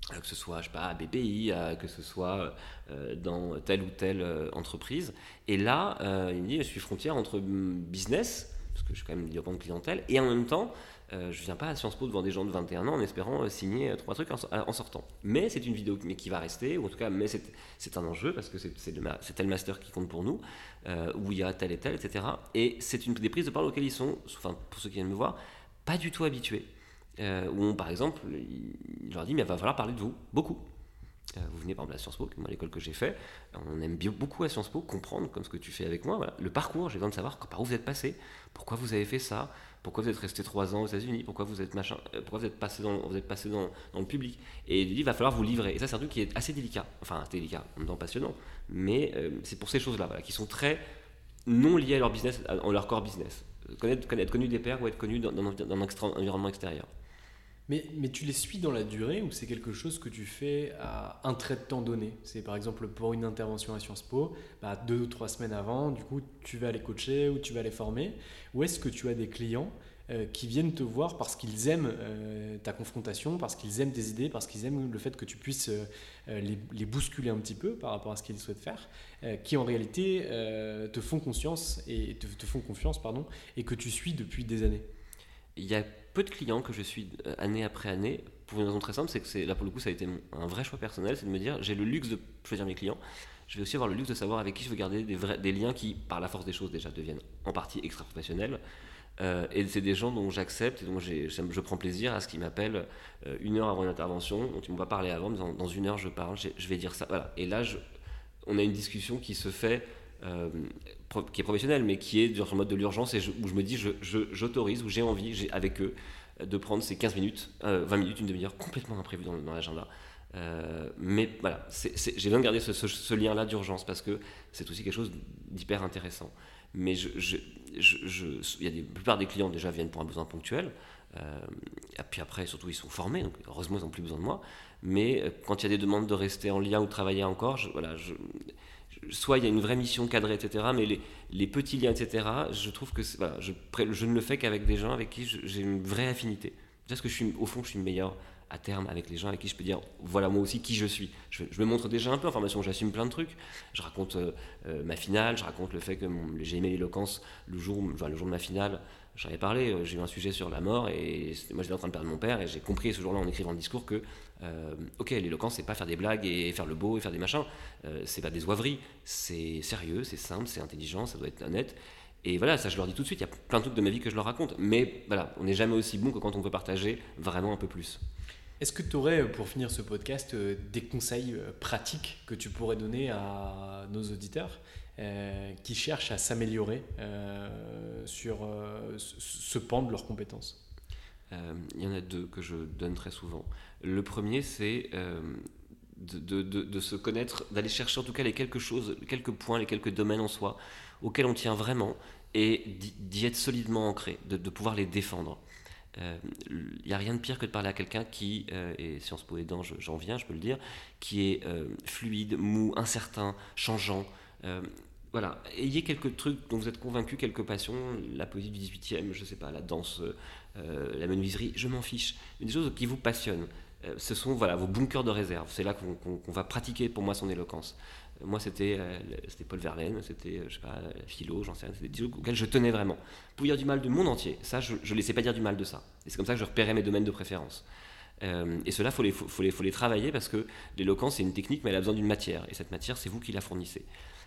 euh, que ce soit, je sais pas, à B P I, euh, que ce soit euh, dans telle ou telle euh, entreprise. Et là, euh, il me dit, je suis frontière entre business, parce que je suis quand même développement de clientèle, et en même temps, euh, je viens pas à Sciences Po devant des gens de vingt et un ans en espérant euh, signer euh, trois trucs en, en sortant. Mais c'est une vidéo mais qui va rester, ou en tout cas, mais c'est, c'est un enjeu, parce que c'est, c'est, le, c'est tel master qui compte pour nous, euh, où il y a tel et tel, et cetera. Et c'est une des prises de parole auxquelles ils sont, enfin, pour ceux qui viennent me voir, pas du tout habitués. Euh, où on, par exemple, il leur dit, mais il va falloir parler de vous, beaucoup. Euh, vous venez par exemple à Sciences Po, moi l'école que j'ai fait, on aime bien, beaucoup à Sciences Po comprendre, comme ce que tu fais avec moi, voilà, le parcours, j'ai besoin de savoir par où vous êtes passé, pourquoi vous avez fait ça, pourquoi vous êtes resté trois ans aux États-Unis, pourquoi vous êtes machin, euh, pourquoi vous êtes passé dans, vous êtes passé dans, dans le public. Et il dit, il va falloir vous livrer. Et ça, c'est un truc qui est assez délicat, enfin assez délicat, en même temps passionnant, mais euh, c'est pour ces choses-là, voilà, qui sont très non liées à leur business, à, à leur core business. Connaître, connaître, être connu des pairs ou être connu dans, dans, dans un extra, environnement extérieur. Mais, mais tu les suis dans la durée ou c'est quelque chose que tu fais à un trait de temps donné? C'est par exemple pour une intervention à Sciences Po, bah deux ou trois semaines avant, du coup tu vas les coacher ou tu vas les former. Ou est-ce que tu as des clients euh, qui viennent te voir parce qu'ils aiment euh, ta confrontation, parce qu'ils aiment tes idées, parce qu'ils aiment le fait que tu puisses euh, les, les bousculer un petit peu par rapport à ce qu'ils souhaitent faire, euh, qui en réalité euh, te font conscience et te, te font confiance pardon, et que tu suis depuis des années? Il y a peu de clients que je suis année après année, pour une raison très simple, c'est que c'est, là pour le coup ça a été un vrai choix personnel, c'est de me dire j'ai le luxe de choisir mes clients, je vais aussi avoir le luxe de savoir avec qui je veux garder des, vrais, des liens qui, par la force des choses déjà, deviennent en partie extra-professionnels, euh, et c'est des gens dont j'accepte et dont j'ai, je prends plaisir à ce qu'ils m'appellent euh, une heure avant une intervention, dont ils m'ont pas parlé avant, mais dans, dans une heure je parle, je vais dire ça, voilà. Et là je, on a une discussion qui se fait Euh, qui est professionnel mais qui est dans le mode de l'urgence et je, où je me dis je, je, j'autorise ou j'ai envie j'ai, avec eux de prendre ces quinze minutes, euh, vingt minutes, une demi-heure complètement imprévu dans, dans l'agenda, euh, mais voilà c'est, c'est, j'ai besoin de garder ce, ce, ce lien là d'urgence parce que c'est aussi quelque chose d'hyper intéressant, mais je, je, je, je, il y a des, la plupart des clients déjà viennent pour un besoin ponctuel, euh, et puis après surtout ils sont formés donc heureusement ils n'ont plus besoin de moi, mais quand il y a des demandes de rester en lien ou de travailler encore, je, voilà je soit il y a une vraie mission cadrée, et cetera, mais les, les petits liens, et cetera, je trouve que voilà, je, je ne le fais qu'avec des gens avec qui je, j'ai une vraie affinité. Parce que je suis, au fond, je suis meilleur à terme avec les gens avec qui je peux dire, voilà moi aussi qui je suis. Je, je me montre déjà un peu en formation, j'assume plein de trucs. Je raconte euh, euh, ma finale, je raconte le fait que mon, j'ai aimé l'éloquence le jour, enfin, le jour de ma finale. J'en ai parlé, j'ai eu un sujet sur la mort et moi j'étais en train de perdre mon père et j'ai compris ce jour-là en écrivant le discours que euh, ok, l'éloquence c'est pas faire des blagues et faire le beau et faire des machins, euh, c'est pas des oiseries, c'est sérieux, c'est simple, c'est intelligent, ça doit être honnête. Et voilà, ça je leur dis tout de suite, il y a plein de trucs de ma vie que je leur raconte, mais voilà, on n'est jamais aussi bon que quand on peut partager vraiment un peu plus. Est-ce que tu aurais, pour finir ce podcast, des conseils pratiques que tu pourrais donner à nos auditeurs euh, qui cherchent à s'améliorer euh, sur euh, ce pan de leurs compétences? euh, Il y en a deux que je donne très souvent. Le premier, c'est euh, de, de, de, de se connaître, d'aller chercher en tout cas les quelques choses, quelques points, les quelques domaines en soi auxquels on tient vraiment et d'y, d'y être solidement ancré, de, de pouvoir les défendre. Il euh, n'y a rien de pire que de parler à quelqu'un qui, euh, et Sciences Po aidant, je, j'en viens, je peux le dire, qui est euh, fluide, mou, incertain, changeant. Euh, voilà, ayez quelques trucs dont vous êtes convaincu, quelques passions, la poésie du dix-huitième, je sais pas, la danse, euh, la menuiserie, je m'en fiche. Des choses qui vous passionnent. Euh, ce sont voilà, vos bunkers de réserve. C'est là qu'on, qu'on, qu'on va pratiquer pour moi son éloquence. Moi, c'était, euh, c'était Paul Verlaine, c'était, je sais pas, la philo, j'en sais rien, c'était des choses auxquelles je tenais vraiment. Vous pouvez dire du mal du monde entier, ça, je ne laissais pas dire du mal de ça. Et c'est comme ça que je repérais mes domaines de préférence. Euh, et cela, il faut les, faut, faut, les, faut les travailler parce que l'éloquence, c'est une technique, mais elle a besoin d'une matière. Et cette matière, c'est vous qui la fournissez.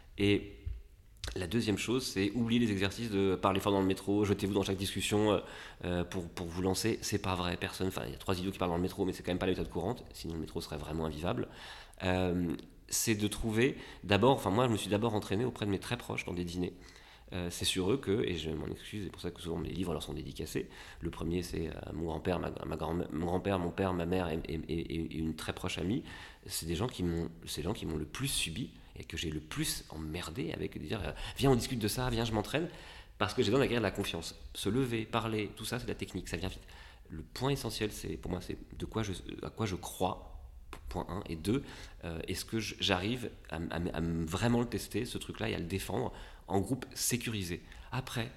Et la deuxième chose, c'est oublier les exercices de parler fort dans le métro, jetez-vous dans chaque discussion euh, pour, pour vous lancer. C'est pas vrai, personne. Enfin, il y a trois idiots qui parlent dans le métro, mais c'est quand même pas la méthode courante, sinon le métro serait vraiment invivable. Euh, c'est de trouver, d'abord, enfin moi je me suis d'abord entraîné auprès de mes très proches dans des dîners. Euh, c'est sur eux que, et je m'en excuse, c'est pour ça que souvent mes livres leur sont dédicacés. Le premier c'est euh, mon grand-père, ma, ma grand, mon grand-père, mon père, ma mère et, et, et, et une très proche amie. C'est des gens qui m'ont, c'est des gens qui m'ont le plus subi et que j'ai le plus emmerdé avec de dire euh, viens on discute de ça, viens je m'entraîne, parce que j'ai besoin d'acquérir de la confiance. Se lever, parler, tout ça c'est de la technique, ça vient vite. Le point essentiel, c'est pour moi, c'est de quoi je, à quoi je crois. Point un. Et deux, euh, est-ce que j'arrive à, à, à vraiment le tester, ce truc-là, et à le défendre en groupe sécurisé. Après,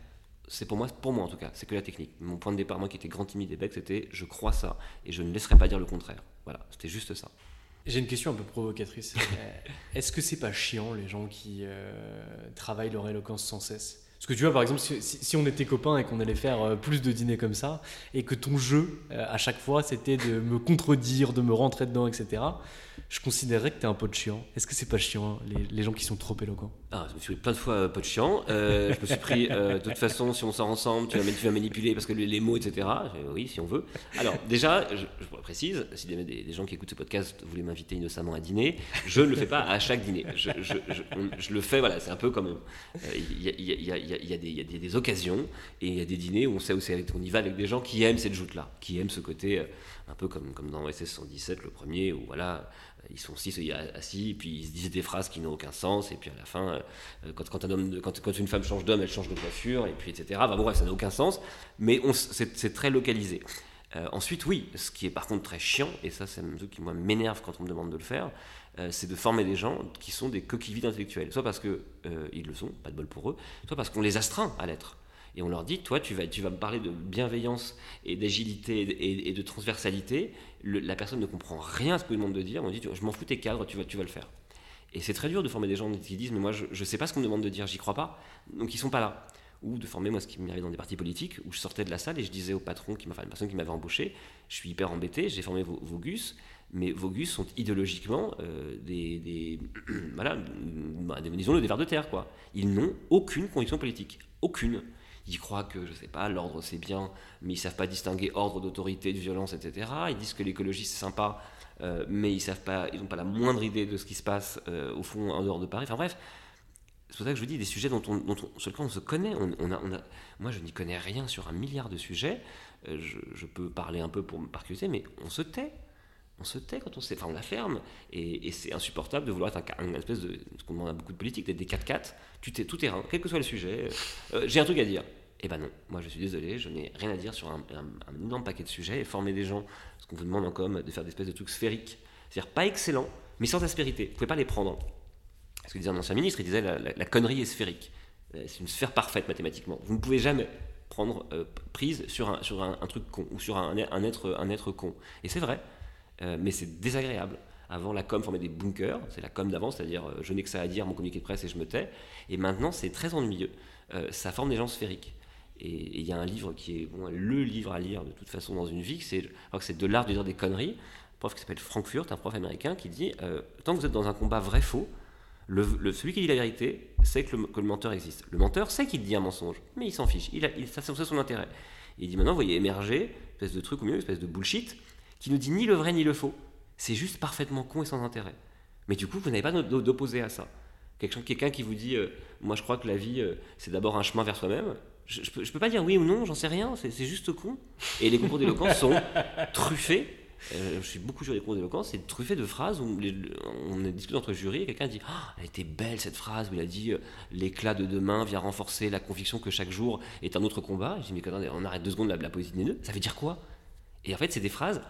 c'est pour moi, pour moi en tout cas, c'est que la technique. Mon point de départ, moi qui étais grand timide et bec, c'était je crois ça et je ne laisserai pas dire le contraire. Voilà, c'était juste ça. J'ai une question un peu provocatrice. Est-ce que c'est pas chiant les gens qui euh, travaillent leur éloquence sans cesse ? Parce que tu vois, par exemple, si, si on était copains et qu'on allait faire euh, plus de dîners comme ça, et que ton jeu, euh, à chaque fois, c'était de me contredire, de me rentrer dedans, et cetera, je considérerais que t'es un pote chiant. Est-ce que c'est pas chiant, les, les gens qui sont trop éloquents ? Ah, je me suis pris plein de fois euh, pote chiant. Euh, je me suis pris, euh, de toute façon, si on sort ensemble, tu vas, tu vas manipuler parce que les, les mots, et cetera. Euh, oui, si on veut. Alors, déjà, je, je précise, si des, des gens qui écoutent ce podcast voulaient m'inviter innocemment à dîner, je ne le fais pas à chaque dîner. Je, je, je, on, je le fais, voilà, c'est un peu comme... Il euh, y, y, y, y, y a, des, y a des, des occasions et il y a des dîners où on sait où c'est, on y va avec des gens qui aiment cette joute-là, qui aiment ce côté, euh, un peu comme, comme dans O S S cent dix-sept, le premier, où voilà... Ils sont six assis, et puis ils se disent des phrases qui n'ont aucun sens, et puis à la fin, euh, quand, quand, un homme, quand, quand une femme change d'homme, elle change de coiffure, et puis et cetera. Enfin, bon, bref, ça n'a aucun sens, mais on, c'est, c'est très localisé. Euh, ensuite, oui, ce qui est par contre très chiant, et ça, c'est un truc qui moi, m'énerve quand on me demande de le faire, euh, c'est de former des gens qui sont des coquilles vides intellectuelles, soit parce qu'ils euh, le sont, pas de bol pour eux, soit parce qu'on les astreint à l'être. Et on leur dit, toi, tu vas, tu vas me parler de bienveillance et d'agilité et, et de transversalité. Le, la personne ne comprend rien à ce que je demande de dire. On dit, je m'en fous tes cadres, tu vas, tu vas le faire. Et c'est très dur de former des gens qui disent, mais moi, je ne sais pas ce qu'on me demande de dire, j'y crois pas. Donc, ils sont pas là. Ou de former, moi, ce qui m'arrive dans des partis politiques, où je sortais de la salle et je disais au patron, qui m'a, enfin, une personne qui m'avait embauché, je suis hyper embêté, j'ai formé vos, vos gus, mais vos gus sont idéologiquement euh, des, des, voilà, des, disons-le, des vers de terre, quoi. Ils n'ont aucune conviction politique. Aucune. Ils croient que, je sais pas, l'ordre c'est bien, mais ils savent pas distinguer ordre d'autorité, de violence, et cetera. Ils disent que l'écologie c'est sympa, euh, mais ils savent pas, ils n'ont pas la moindre idée de ce qui se passe euh, au fond en dehors de Paris. Enfin bref, c'est pour ça que je vous dis des sujets dont on, dont on, sur lesquels on se connaît. On, on a, on a, moi je n'y connais rien sur un milliard de sujets. Euh, je, je peux parler un peu pour, par curiosité, mais on se tait. On se tait quand on sait, enfin on la ferme, et, et c'est insupportable de vouloir être un, une espèce de, ce qu'on demande à beaucoup de politiques, d'être des quatre quatre, tu t'es tout terrain, quel que soit le sujet, euh, j'ai un truc à dire. Eh ben non, moi je suis désolé, je n'ai rien à dire sur un, un, un énorme paquet de sujets, et former des gens, ce qu'on vous demande en com, de faire des espèces de trucs sphériques, c'est-à-dire pas excellents, mais sans aspérité, vous pouvez pas les prendre. Ce que disait un ancien ministre, il disait la, la, la connerie est sphérique, c'est une sphère parfaite mathématiquement, vous ne pouvez jamais prendre euh, prise sur un, sur un, un truc con, ou sur un, un, être, un être con, et c'est vrai. Euh, mais c'est désagréable. Avant, la com formait des bunkers, c'est la com d'avant, c'est-à-dire euh, je n'ai que ça à dire, mon communiqué de presse et je me tais. Et maintenant, c'est très ennuyeux. Euh, ça forme des gens sphériques. Et il y a un livre qui est bon, le livre à lire de toute façon dans une vie, c'est, je crois que c'est De l'art de dire des conneries. Un prof qui s'appelle Frankfurt, un prof américain, qui dit euh, tant que vous êtes dans un combat vrai-faux, le, le, celui qui dit la vérité sait que le, que le menteur existe. Le menteur sait qu'il dit un mensonge, mais il s'en fiche. Il a, il, ça, c'est son intérêt. Et il dit maintenant, vous voyez émerger une espèce de truc au milieu, une espèce de bullshit, qui ne dit ni le vrai ni le faux. C'est juste parfaitement con et sans intérêt. Mais du coup, vous n'avez pas d'opposé à ça. Quelqu'un qui vous dit euh, moi je crois que la vie euh, c'est d'abord un chemin vers soi-même, je, je, peux, je peux pas dire oui ou non, j'en sais rien, c'est, c'est juste con. Et les concours d'éloquence sont truffés, euh, je suis beaucoup sur les concours d'éloquence, c'est truffé de phrases où les, on discute entre jurys et quelqu'un dit oh, elle était belle cette phrase où il a dit euh, l'éclat de demain vient renforcer la conviction que chaque jour est un autre combat. Et je dis mais attendez, on arrête deux secondes la, la poésie de Néneux, ça veut dire quoi? Et en fait c'est des phrases.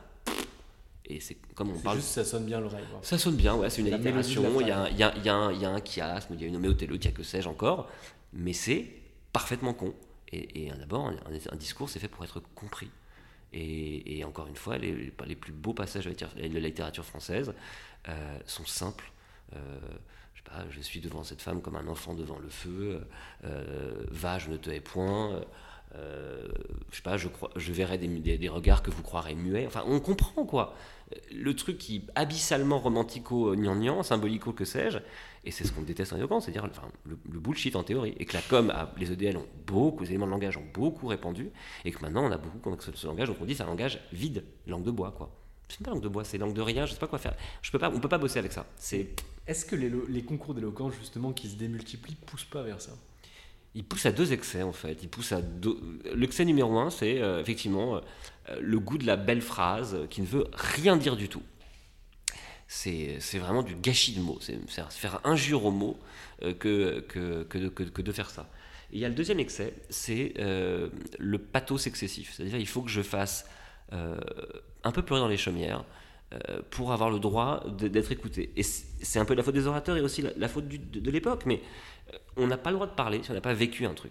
Et c'est comme on c'est parle. Juste, ça sonne bien à l'oreille. Ça sonne bien, ouais, c'est une allitération. Il y a, il y a, il y a un, il y a un chiasme, il y a une homéotélogie, il y a que sais-je encore, mais c'est parfaitement con. Et, et d'abord, un, un discours, c'est fait pour être compris. Et, et encore une fois, les, les plus beaux passages de la littérature française euh, sont simples. Euh, je sais pas, je suis devant cette femme comme un enfant devant le feu. Euh, va, je ne te hais point. Euh, je sais pas, je, crois, je verrai des, des, des regards que vous croirez muets. Enfin, on comprend quoi. Le truc qui abyssalement romantico-gnangnan, symbolico, que sais-je, et c'est ce qu'on déteste en éloquence, c'est-à-dire enfin, le, le bullshit en théorie, et que la com, a, les E D L ont beaucoup, les éléments de langage ont beaucoup répandu, et que maintenant on a beaucoup comme ce, ce langage, donc on dit c'est un langage vide, langue de bois quoi. C'est pas langue de bois, c'est langue de rien, je sais pas quoi faire. Je peux pas, on peut pas bosser avec ça. C'est... Est-ce que les, les concours d'éloquence justement qui se démultiplient poussent pas vers ça? Il pousse à deux excès en fait. Il pousse à deux... L'excès numéro un, c'est euh, effectivement euh, le goût de la belle phrase euh, qui ne veut rien dire du tout. C'est, c'est vraiment du gâchis de mots. C'est, c'est faire injure aux mots euh, que, que, que, de, que, que de faire ça. Et il y a le deuxième excès, c'est euh, le pathos excessif. C'est-à-dire il faut que je fasse euh, un peu pleurer dans les chaumières euh, pour avoir le droit de, d'être écouté. Et c'est, c'est un peu la faute des orateurs et aussi la, la faute du, de, de l'époque, mais on n'a pas le droit de parler si on n'a pas vécu un truc.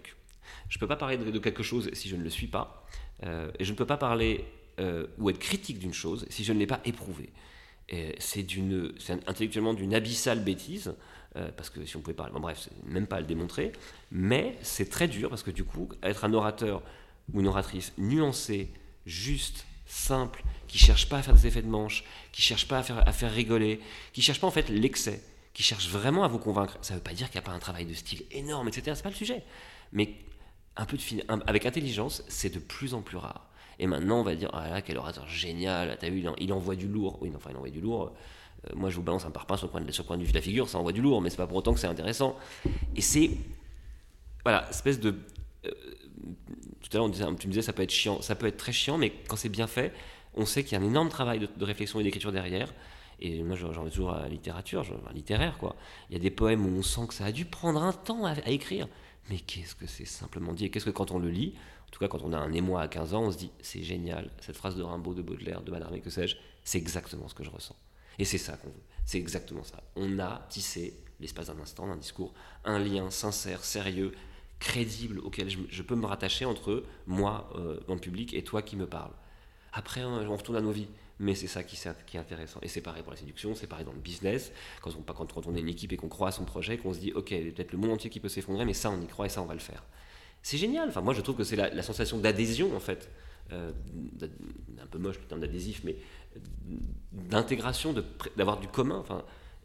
Je ne peux pas parler de, de quelque chose si je ne le suis pas. Euh, et je ne peux pas parler euh, ou être critique d'une chose si je ne l'ai pas éprouvée. Et c'est, d'une, c'est intellectuellement d'une abyssale bêtise, euh, parce que si on pouvait parler, bon, bref, c'est même pas à le démontrer, mais c'est très dur parce que du coup, être un orateur ou une oratrice nuancée, juste, simple, qui ne cherche pas à faire des effets de manche, qui ne cherche pas à faire, à faire rigoler, qui ne cherche pas en fait l'excès, qui cherche vraiment à vous convaincre. Ça ne veut pas dire qu'il n'y a pas un travail de style énorme, et cetera. C'est pas le sujet. Mais un peu de fin... avec intelligence, c'est de plus en plus rare. Et maintenant, on va dire, ah là, quel orateur génial, t'as vu, il, en... il envoie du lourd. Oui, enfin, il envoie du lourd. Euh, moi, je vous balance un parpaing sur le coin de, sur le coin de la figure, ça envoie du lourd, mais c'est pas pour autant que c'est intéressant. Et c'est, voilà, espèce de... Euh, tout à l'heure, on disait, tu me disais, ça peut être chiant. Ça peut être très chiant, mais quand c'est bien fait, on sait qu'il y a un énorme travail de, de réflexion et d'écriture derrière. Et moi, j'en ai toujours à la littérature, genre, à littéraire, quoi. Il y a des poèmes où on sent que ça a dû prendre un temps à, à écrire. Mais qu'est-ce que c'est simplement dit, et qu'est-ce que quand on le lit, en tout cas quand on a un émoi à quinze ans, on se dit c'est génial, cette phrase de Rimbaud, de Baudelaire, de Mallarmé, que sais-je, c'est exactement ce que je ressens. Et c'est ça qu'on veut, c'est exactement ça. On a tissé, l'espace d'un instant, d'un discours, un lien sincère, sérieux, crédible, auquel je, je peux me rattacher entre moi euh, dans le public et toi qui me parles. Après, hein, on retourne à nos vies. Mais c'est ça qui, qui est intéressant. Et c'est pareil pour la séduction, c'est pareil dans le business. Quand on, quand, quand on est une équipe et qu'on croit à son projet, qu'on se dit, ok, il y a peut-être le monde entier qui peut s'effondrer, mais ça, on y croit et ça, on va le faire. C'est génial. Enfin, moi, je trouve que c'est la, la sensation d'adhésion, en fait. Euh, un peu moche, le terme d'adhésif, mais d'intégration, de, d'avoir du commun. Enfin,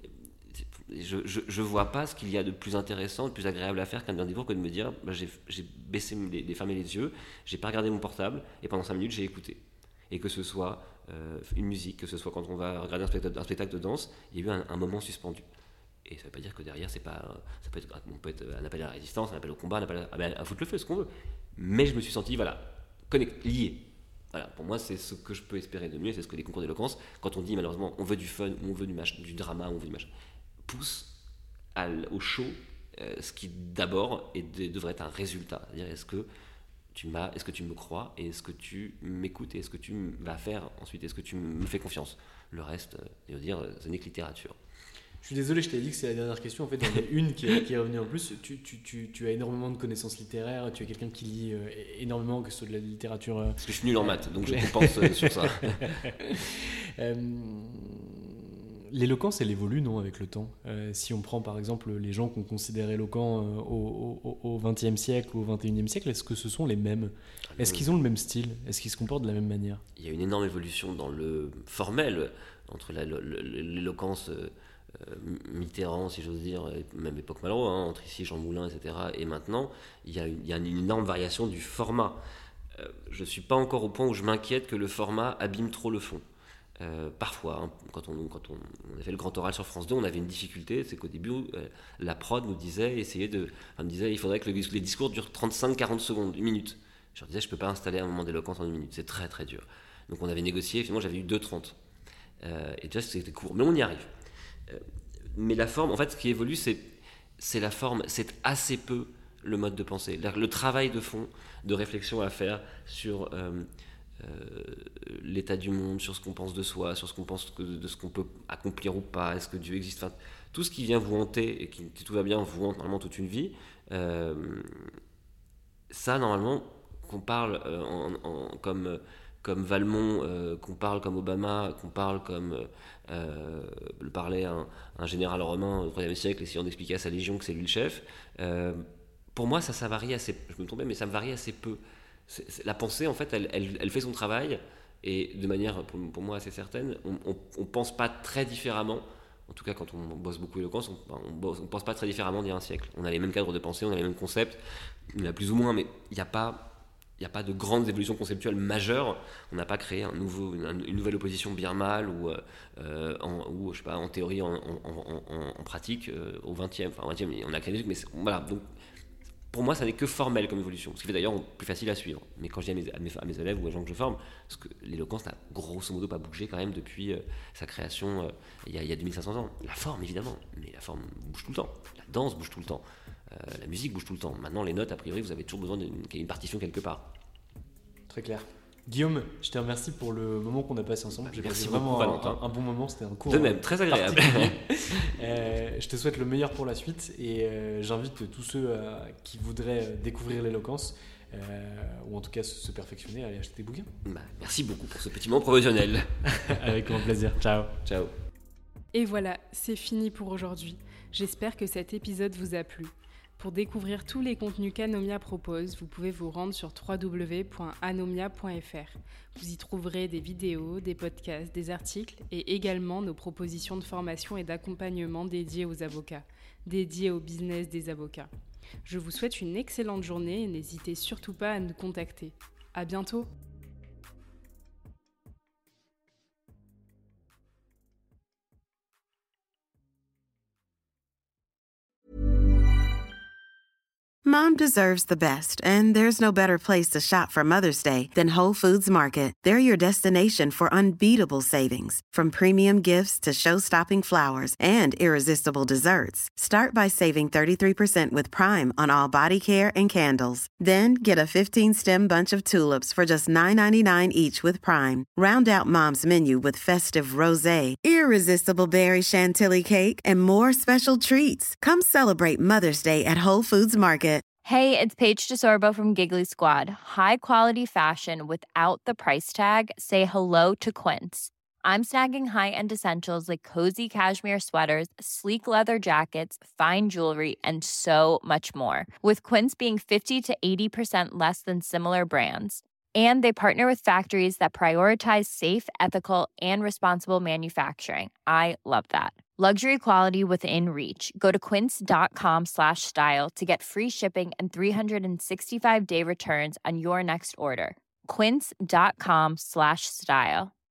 je ne vois pas ce qu'il y a de plus intéressant, de plus agréable à faire qu'un rendez-vous que de me dire, bah, j'ai, j'ai baissé, les, les fermé les yeux, j'ai pas regardé mon portable, et pendant cinq minutes, j'ai écouté. Et que ce soit euh, une musique, que ce soit quand on va regarder un spectacle, un spectacle de danse, il y a eu un, un moment suspendu. Et ça ne veut pas dire que derrière, c'est pas, ça peut être, on peut être un appel à la résistance, un appel au combat, un appel à, ah ben, à foutre le feu, ce qu'on veut. Mais je me suis senti, voilà, connecté, lié. Voilà, pour moi, c'est ce que je peux espérer de mieux, c'est ce que les concours d'éloquence, quand on dit malheureusement, on veut du fun, ou on veut du, mach, du drama, ou on veut du machin, pousse à, au show, euh, ce qui d'abord est, devrait être un résultat. C'est-à-dire, est-ce que Tu m'as, est-ce que tu me crois et est-ce que tu m'écoutes et est-ce que tu vas faire ensuite, est-ce que tu me fais confiance? Le reste, je veux dire, ce n'est que littérature. Je suis désolé, je t'ai dit que c'est la dernière question. En fait, il y en a une qui est, qui est revenue en plus. Tu, tu, tu, tu as énormément de connaissances littéraires, tu es quelqu'un qui lit euh, énormément, que ce soit de la littérature. Euh... Parce que je suis nul en maths, donc je compense euh, sur ça. euh, L'éloquence, elle évolue, non, avec le temps. Euh, si on prend par exemple les gens qu'on considère éloquents euh, au vingtième siècle ou au vingt et unième siècle, est-ce que ce sont les mêmes? Est-ce qu'ils ont le même style? Est-ce qu'ils se comportent de la même manière? Il y a une énorme évolution dans le formel, entre la, l'éloquence euh, Mitterrand, si j'ose dire, même époque Malraux, hein, entre ici Jean Moulin, et cetera. Et maintenant, il y a une, il y a une énorme variation du format. Euh, je ne suis pas encore au point où je m'inquiète que le format abîme trop le fond. Euh, parfois, hein, quand, on, quand on, on a fait le grand oral sur France deux, on avait une difficulté, c'est qu'au début, euh, la prod nous disait, essayait de, enfin, me disait, il faudrait que le, les discours durent trente-cinq à quarante secondes, une minute. Je leur disais, je ne peux pas installer un moment d'éloquence en une minute, c'est très très dur. Donc on avait négocié, finalement j'avais eu deux trente. Euh, et déjà c'était court, mais on y arrive. Euh, mais la forme, en fait, ce qui évolue, c'est, c'est la forme, c'est assez peu le mode de pensée. Le travail de fond, de réflexion à faire sur... Euh, Euh, l'état du monde, sur ce qu'on pense de soi, sur ce qu'on pense que, de ce qu'on peut accomplir ou pas, est-ce que Dieu existe, enfin, tout ce qui vient vous hanter et qui, si tout va bien, vous hante normalement toute une vie, euh, ça normalement, qu'on parle euh, en, en, comme, comme Valmont, euh, qu'on parle comme Obama, qu'on parle comme euh, le parlait un, un général romain au troisième siècle essayant d'expliquer à sa légion que c'est lui le chef, euh, pour moi ça, ça varie assez, je me trompais, mais ça me varie assez peu. C'est, c'est, la pensée, en fait, elle, elle, elle fait son travail, et de manière, pour, pour moi, assez certaine, on ne pense pas très différemment, en tout cas quand on bosse beaucoup éloquence, on ne pense pas très différemment d'il y a un siècle. On a les mêmes cadres de pensée, on a les mêmes concepts, il y en a plus ou moins, mais il n'y a pas... Il n'y a pas de grandes évolutions conceptuelles majeures. On n'a pas créé un nouveau, une, une nouvelle opposition bien mal ou, euh, en, ou je sais pas, en théorie, en, en, en, en pratique euh, au vingtième. Enfin, au vingtième, on a créé des trucs, mais voilà. Donc, pour moi, ça n'est que formel comme évolution, ce qui fait d'ailleurs plus facile à suivre. Mais quand je dis à mes, à mes, à mes élèves ou aux gens que je forme, parce que l'éloquence n'a grosso modo pas bougé quand même depuis euh, sa création euh, il, y a, il y a deux mille cinq cents ans. La forme, évidemment, mais la forme bouge tout le temps. La danse bouge tout le temps. Euh, la musique bouge tout le temps. Maintenant, les notes, a priori, vous avez toujours besoin d'une, d'une partition quelque part. Très clair. Guillaume, je te remercie pour le moment qu'on a passé ensemble. J'ai Merci passé beaucoup, vraiment Valentin. un, un bon moment, c'était un cours. De même, très agréable. euh, je te souhaite le meilleur pour la suite et euh, j'invite tous ceux euh, qui voudraient découvrir l'éloquence euh, ou en tout cas se, se perfectionner à aller acheter des bouquins. Bah, merci beaucoup pour ce petit moment professionnel. Avec grand plaisir. Ciao. Ciao. Et voilà, c'est fini pour aujourd'hui. J'espère que cet épisode vous a plu. Pour découvrir tous les contenus qu'Anomia propose, vous pouvez vous rendre sur w w w point anomia point f r. Vous y trouverez des vidéos, des podcasts, des articles et également nos propositions de formation et d'accompagnement dédiées aux avocats, dédiées au business des avocats. Je vous souhaite une excellente journée et n'hésitez surtout pas à nous contacter. À bientôt! Mom deserves the best, and there's no better place to shop for Mother's Day than Whole Foods Market. They're your destination for unbeatable savings, from premium gifts to show-stopping flowers and irresistible desserts. Start by saving thirty-three percent with Prime on all body care and candles. Then get a fifteen-stem bunch of tulips for just nine ninety-nine each with Prime. Round out Mom's menu with festive rosé, irresistible berry chantilly cake, and more special treats. Come celebrate Mother's Day at Whole Foods Market. Hey, it's Paige DeSorbo from Giggly Squad. High quality fashion without the price tag. Say hello to Quince. I'm snagging high-end essentials like cozy cashmere sweaters, sleek leather jackets, fine jewelry, and so much more. With Quince being fifty to eighty percent less than similar brands. And they partner with factories that prioritize safe, ethical, and responsible manufacturing. I love that. Luxury quality within reach. Go to quince.com slash style to get free shipping and three sixty-five day returns on your next order. Quince.com slash style.